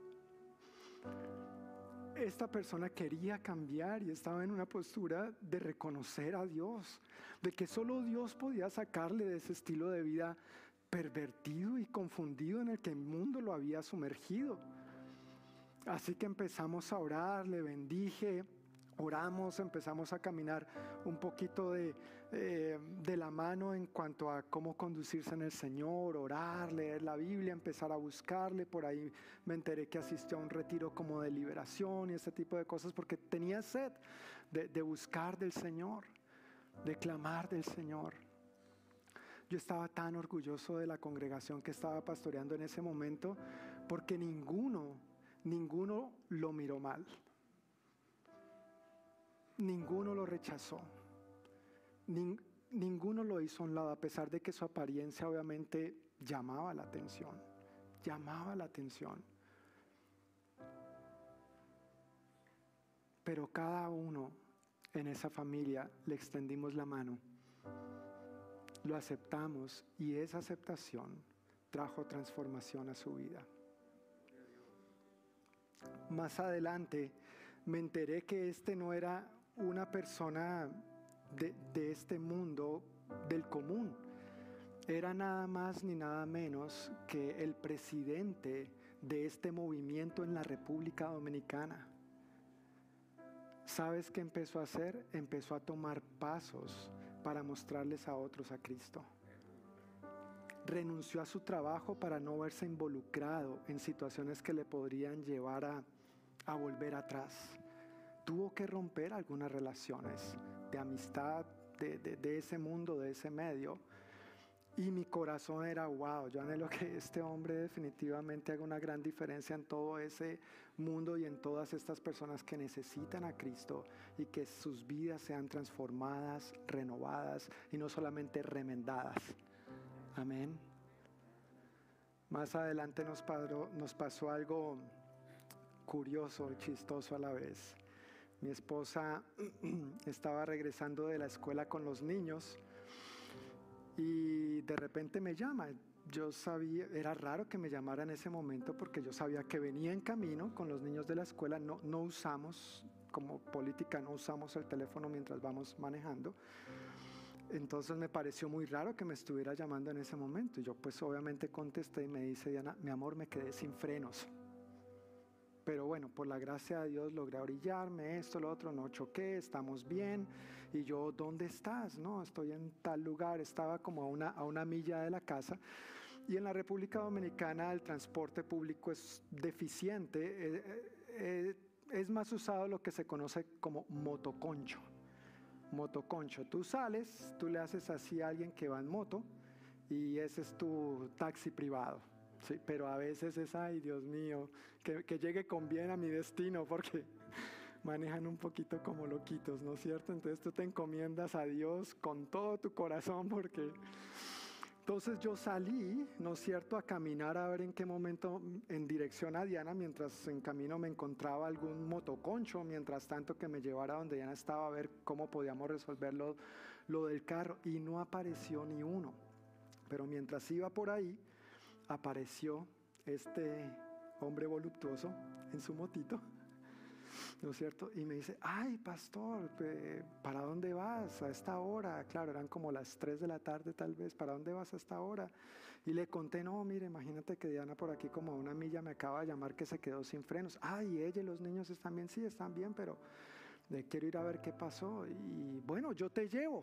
Esta persona quería cambiar y estaba en una postura de reconocer a Dios, de que solo Dios podía sacarle de ese estilo de vida pervertido y confundido en el que el mundo lo había sumergido. Así que empezamos a orar, le bendije, oramos, empezamos a caminar un poquito de, eh, de la mano en cuanto a cómo conducirse en el Señor, orar, leer la Biblia, empezar a buscarle. Por ahí me enteré que asistió a un retiro como de liberación y ese tipo de cosas, porque tenía sed de, de buscar del Señor, de clamar del Señor. Yo estaba tan orgulloso de la congregación que estaba pastoreando en ese momento, porque ninguno, ninguno lo miró mal. Ninguno lo rechazó, Ning, ninguno lo hizo a un lado, a pesar de que su apariencia obviamente llamaba la atención, llamaba la atención. Pero cada uno en esa familia le extendimos la mano, lo aceptamos, y esa aceptación trajo transformación a su vida. Más adelante me enteré que este no era una persona de, de este mundo del común. Era nada más ni nada menos que el presidente de este movimiento en la República Dominicana. ¿Sabes qué empezó a hacer? Empezó a tomar pasos para mostrarles a otros a Cristo. Renunció a su trabajo para no verse involucrado en situaciones que le podrían llevar a, a volver atrás. Tuvo que romper algunas relaciones de amistad, de, de, de ese mundo, de ese medio. Y mi corazón era: wow, yo anhelo que este hombre definitivamente haga una gran diferencia en todo ese mundo y en todas estas personas que necesitan a Cristo, y que sus vidas sean transformadas, renovadas y no solamente remendadas. Amén. Más adelante nos, padró, nos pasó algo curioso y chistoso a la vez. Mi esposa estaba regresando de la escuela con los niños y de repente me llama. Yo sabía, era raro que me llamara en ese momento, porque yo sabía que venía en camino con los niños de la escuela. No, no usamos, como política, no usamos el teléfono mientras vamos manejando. Entonces me pareció muy raro que me estuviera llamando en ese momento. Y yo pues obviamente contesté y me dice: Diana, mi amor, me quedé sin frenos. Pero bueno, por la gracia de Dios logré orillarme, esto, lo otro, no choqué, estamos bien. Y yo: ¿dónde estás? No, estoy en tal lugar. Estaba como a una, a una milla de la casa. Y en la República Dominicana el transporte público es deficiente. Eh, eh, es más usado lo que se conoce como motoconcho. Motoconcho. Tú sales, tú le haces así a alguien que va en moto y ese es tu taxi privado. Sí, pero a veces es: ay, Dios mío, que, que llegue con bien a mi destino, porque manejan un poquito como loquitos, ¿no es cierto? Entonces tú te encomiendas a Dios con todo tu corazón, porque... Entonces yo salí, ¿no es cierto?, a caminar a ver en qué momento, en dirección a Diana, mientras en camino me encontraba algún motoconcho, mientras tanto que me llevara donde Diana estaba, a ver cómo podíamos resolver lo, lo del carro, y no apareció ni uno. Pero mientras iba por ahí, apareció este hombre voluptuoso en su motito, ¿no es cierto? Y me dice, ay, pastor, ¿para dónde vas a esta hora? Claro, eran como las tres de la tarde tal vez, ¿para dónde vas a esta hora? Y le conté, no, mire, imagínate que Diana por aquí como a una milla me acaba de llamar que se quedó sin frenos. Ay, ella y los niños están bien, sí, están bien, pero eh, quiero ir a ver qué pasó. Y bueno, yo te llevo.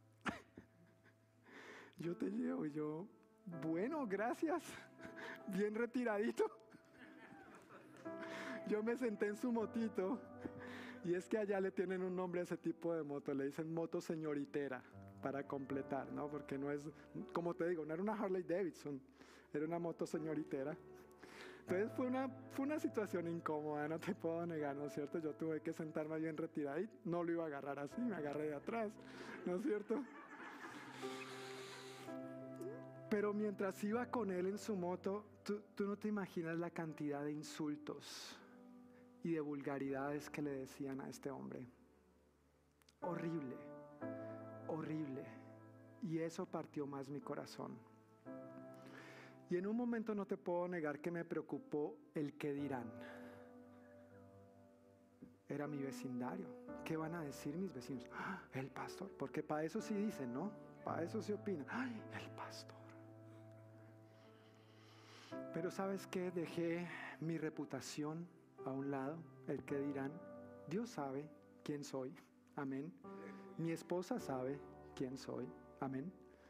Yo te llevo. Y yo, bueno, gracias. Bien retiradito. Yo me senté en su motito, y es que allá le tienen un nombre a ese tipo de moto, le dicen moto señoritera, para completar, ¿no? Porque no es, como te digo, no era una Harley Davidson, era una moto señoritera. Entonces fue una, fue una situación incómoda, no te puedo negar, ¿no es cierto? Yo tuve que sentarme bien retirada y no lo iba a agarrar así, me agarré de atrás, ¿no es cierto? Pero mientras iba con él en su moto, tú, tú no te imaginas la cantidad de insultos y de vulgaridades que le decían a este hombre. Horrible, horrible. Y eso partió más mi corazón. Y en un momento no te puedo negar que me preocupó el qué dirán. Era mi vecindario. ¿Qué van a decir mis vecinos? ¡Ah, el pastor! Porque para eso sí dicen, ¿no? Para eso se opina. ¡Ay, el pastor! Pero ¿sabes qué? Dejé mi reputación a un lado, el que dirán. Dios sabe quién soy, amén. Mi esposa sabe quién soy, amén.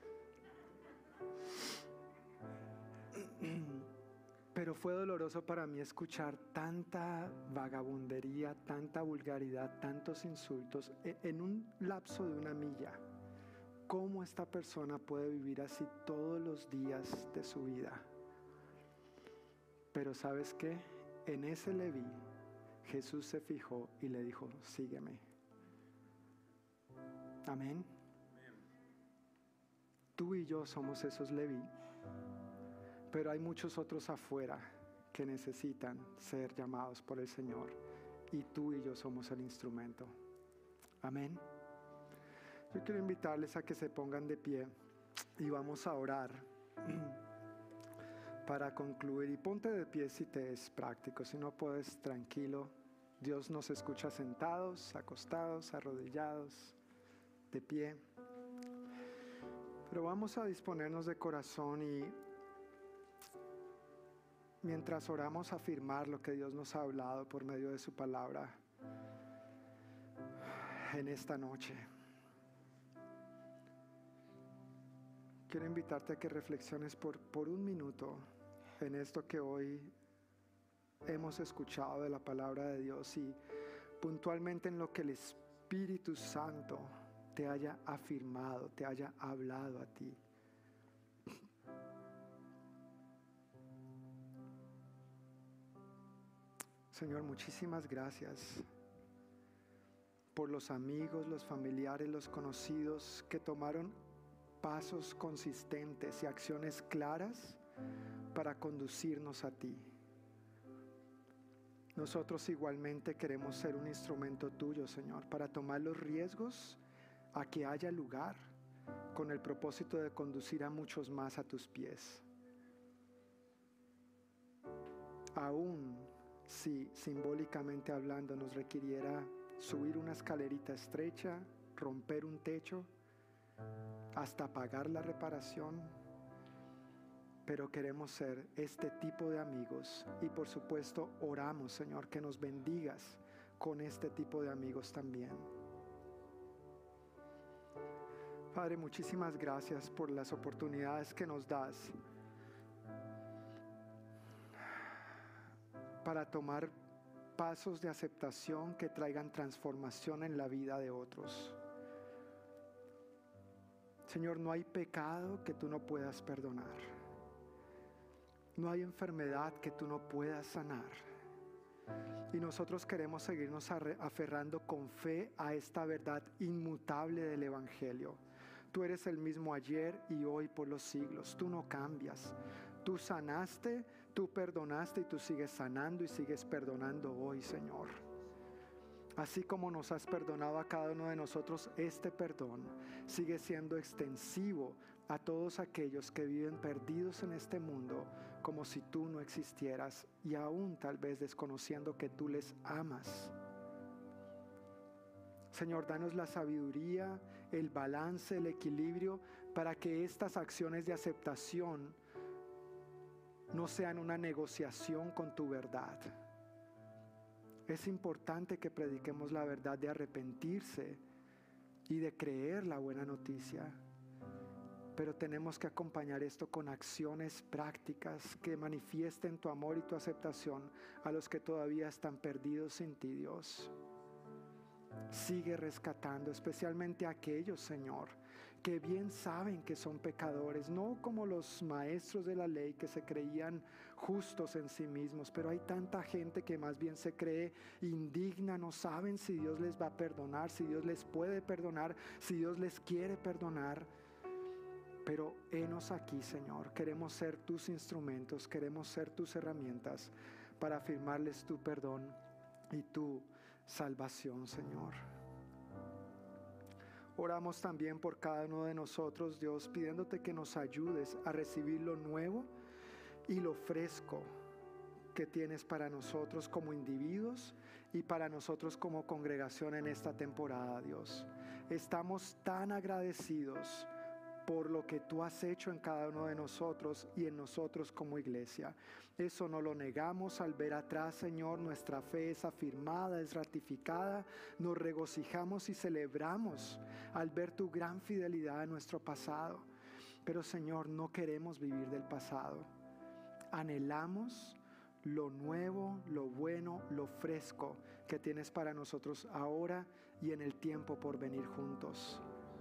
Pero fue doloroso para mí escuchar tanta vagabundería, tanta vulgaridad, tantos insultos en un lapso de una milla. ¿Cómo esta persona puede vivir así todos los días de su vida? Pero ¿sabes qué? En ese Leví, Jesús se fijó y le dijo, sígueme. Amén. Tú y yo somos esos Leví, pero hay muchos otros afuera que necesitan ser llamados por el Señor, y tú y yo somos el instrumento. Amén. Yo quiero invitarles a que se pongan de pie y vamos a orar para concluir. Y ponte de pie si te es práctico, si no puedes, tranquilo. Dios nos escucha sentados, acostados, arrodillados, de pie. Pero vamos a disponernos de corazón y mientras oramos afirmar lo que Dios nos ha hablado por medio de su palabra en esta noche. Quiero invitarte a que reflexiones por, por un minuto en esto que hoy hemos escuchado de la palabra de Dios y puntualmente en lo que el Espíritu Santo te haya afirmado, te haya hablado a ti. Señor, muchísimas gracias por los amigos, los familiares, los conocidos que tomaron pasos consistentes y acciones claras para conducirnos a ti. Nosotros igualmente queremos ser un instrumento tuyo, Señor, para tomar los riesgos a que haya lugar, con el propósito de conducir a muchos más a tus pies. Aún si simbólicamente hablando nos requiriera subir una escalerita estrecha, romper un techo, hasta pagar la reparación, pero queremos ser este tipo de amigos y por supuesto oramos, Señor, que nos bendigas con este tipo de amigos también. Padre, muchísimas gracias por las oportunidades que nos das para tomar pasos de aceptación que traigan transformación en la vida de otros. Señor, no hay pecado que tú no puedas perdonar. No hay enfermedad que tú no puedas sanar. Y nosotros queremos seguirnos aferrando con fe a esta verdad inmutable del Evangelio. Tú eres el mismo ayer y hoy por los siglos. Tú no cambias. Tú sanaste, tú perdonaste y tú sigues sanando y sigues perdonando hoy, Señor. Así como nos has perdonado a cada uno de nosotros, este perdón sigue siendo extensivo a todos aquellos que viven perdidos en este mundo como si tú no existieras y aún tal vez desconociendo que tú les amas. Señor, danos la sabiduría, el balance, el equilibrio para que estas acciones de aceptación no sean una negociación con tu verdad. Es importante que prediquemos la verdad de arrepentirse y de creer la buena noticia. Pero tenemos que acompañar esto con acciones prácticas que manifiesten tu amor y tu aceptación a los que todavía están perdidos sin ti, Dios. Sigue rescatando, especialmente a aquellos, Señor, que bien saben que son pecadores, no como los maestros de la ley que se creían justos en sí mismos, pero hay tanta gente que más bien se cree indigna, no saben si Dios les va a perdonar, si Dios les puede perdonar, si Dios les quiere perdonar. Pero henos aquí, Señor, queremos ser tus instrumentos, queremos ser tus herramientas para afirmarles tu perdón y tu salvación, Señor. Oramos también por cada uno de nosotros, Dios, pidiéndote que nos ayudes a recibir lo nuevo y lo fresco que tienes para nosotros como individuos y para nosotros como congregación en esta temporada, Dios. Estamos tan agradecidos por lo que tú has hecho en cada uno de nosotros y en nosotros como iglesia. Eso no lo negamos al ver atrás, Señor. Nuestra fe es afirmada, es ratificada. Nos regocijamos y celebramos al ver tu gran fidelidad en nuestro pasado. Pero, Señor, no queremos vivir del pasado. Anhelamos lo nuevo, lo bueno, lo fresco que tienes para nosotros ahora y en el tiempo por venir juntos.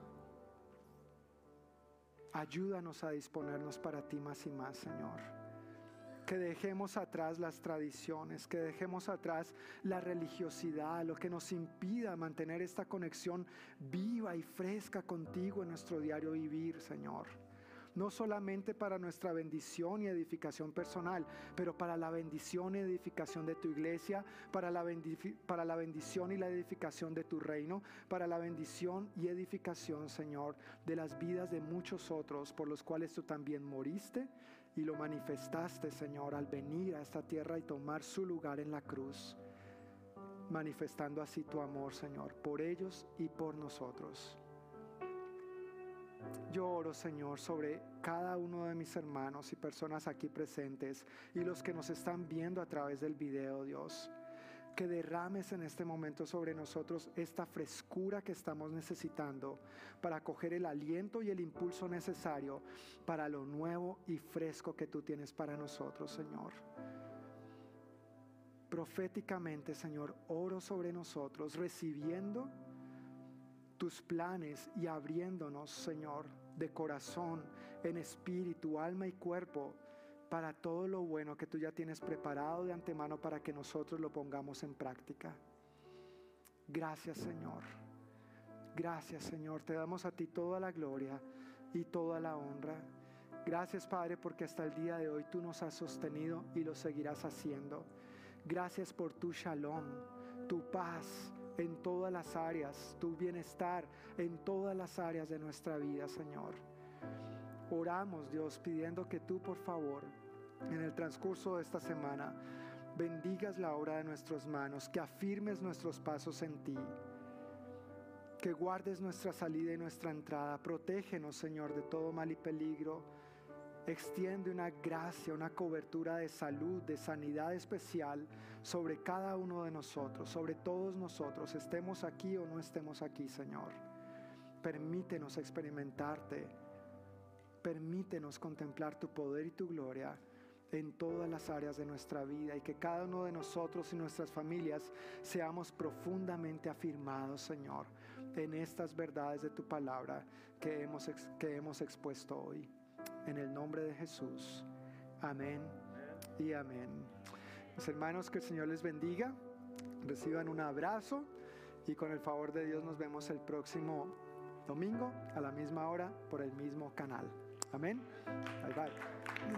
Ayúdanos a disponernos para ti más y más, Señor. Que dejemos atrás las tradiciones, que dejemos atrás la religiosidad, lo que nos impida mantener esta conexión viva y fresca contigo en nuestro diario vivir, Señor. No solamente para nuestra bendición y edificación personal, pero para la bendición y edificación de tu iglesia, para la, bendici- para la bendición y la edificación de tu reino, para la bendición y edificación, Señor, de las vidas de muchos otros por los cuales tú también moriste y lo manifestaste, Señor, al venir a esta tierra y tomar su lugar en la cruz, manifestando así tu amor, Señor, por ellos y por nosotros. Yo oro, Señor, sobre cada uno de mis hermanos y personas aquí presentes y los que nos están viendo a través del video, Dios, que derrames en este momento sobre nosotros esta frescura que estamos necesitando para coger el aliento y el impulso necesario para lo nuevo y fresco que tú tienes para nosotros, Señor. Proféticamente, Señor, oro sobre nosotros, recibiendo tus planes y abriéndonos, Señor, de corazón, en espíritu, alma y cuerpo, para todo lo bueno que tú ya tienes preparado de antemano para que nosotros lo pongamos en práctica. Gracias, Señor. Gracias, Señor. Te damos a ti toda la gloria y toda la honra. Gracias, Padre, porque hasta el día de hoy tú nos has sostenido y lo seguirás haciendo. Gracias por tu shalom, tu paz en todas las áreas, tu bienestar en todas las áreas de nuestra vida, Señor. Oramos, Dios, pidiendo que tú, por favor, en el transcurso de esta semana, bendigas la obra de nuestras manos, que afirmes nuestros pasos en ti, que guardes nuestra salida y nuestra entrada. Protégenos, Señor, de todo mal y peligro. Extiende una gracia, una cobertura de salud, de sanidad especial sobre cada uno de nosotros, sobre todos nosotros, estemos aquí o no estemos aquí, Señor. Permítenos experimentarte, permítenos contemplar tu poder y tu gloria en todas las áreas de nuestra vida y que cada uno de nosotros y nuestras familias seamos profundamente afirmados, Señor, en estas verdades de tu palabra que hemos, que hemos expuesto hoy. En el nombre de Jesús. Amén y amén. Mis hermanos, que el Señor les bendiga. Reciban un abrazo y con el favor de Dios nos vemos el próximo domingo a la misma hora por el mismo canal. Amén. Bye bye.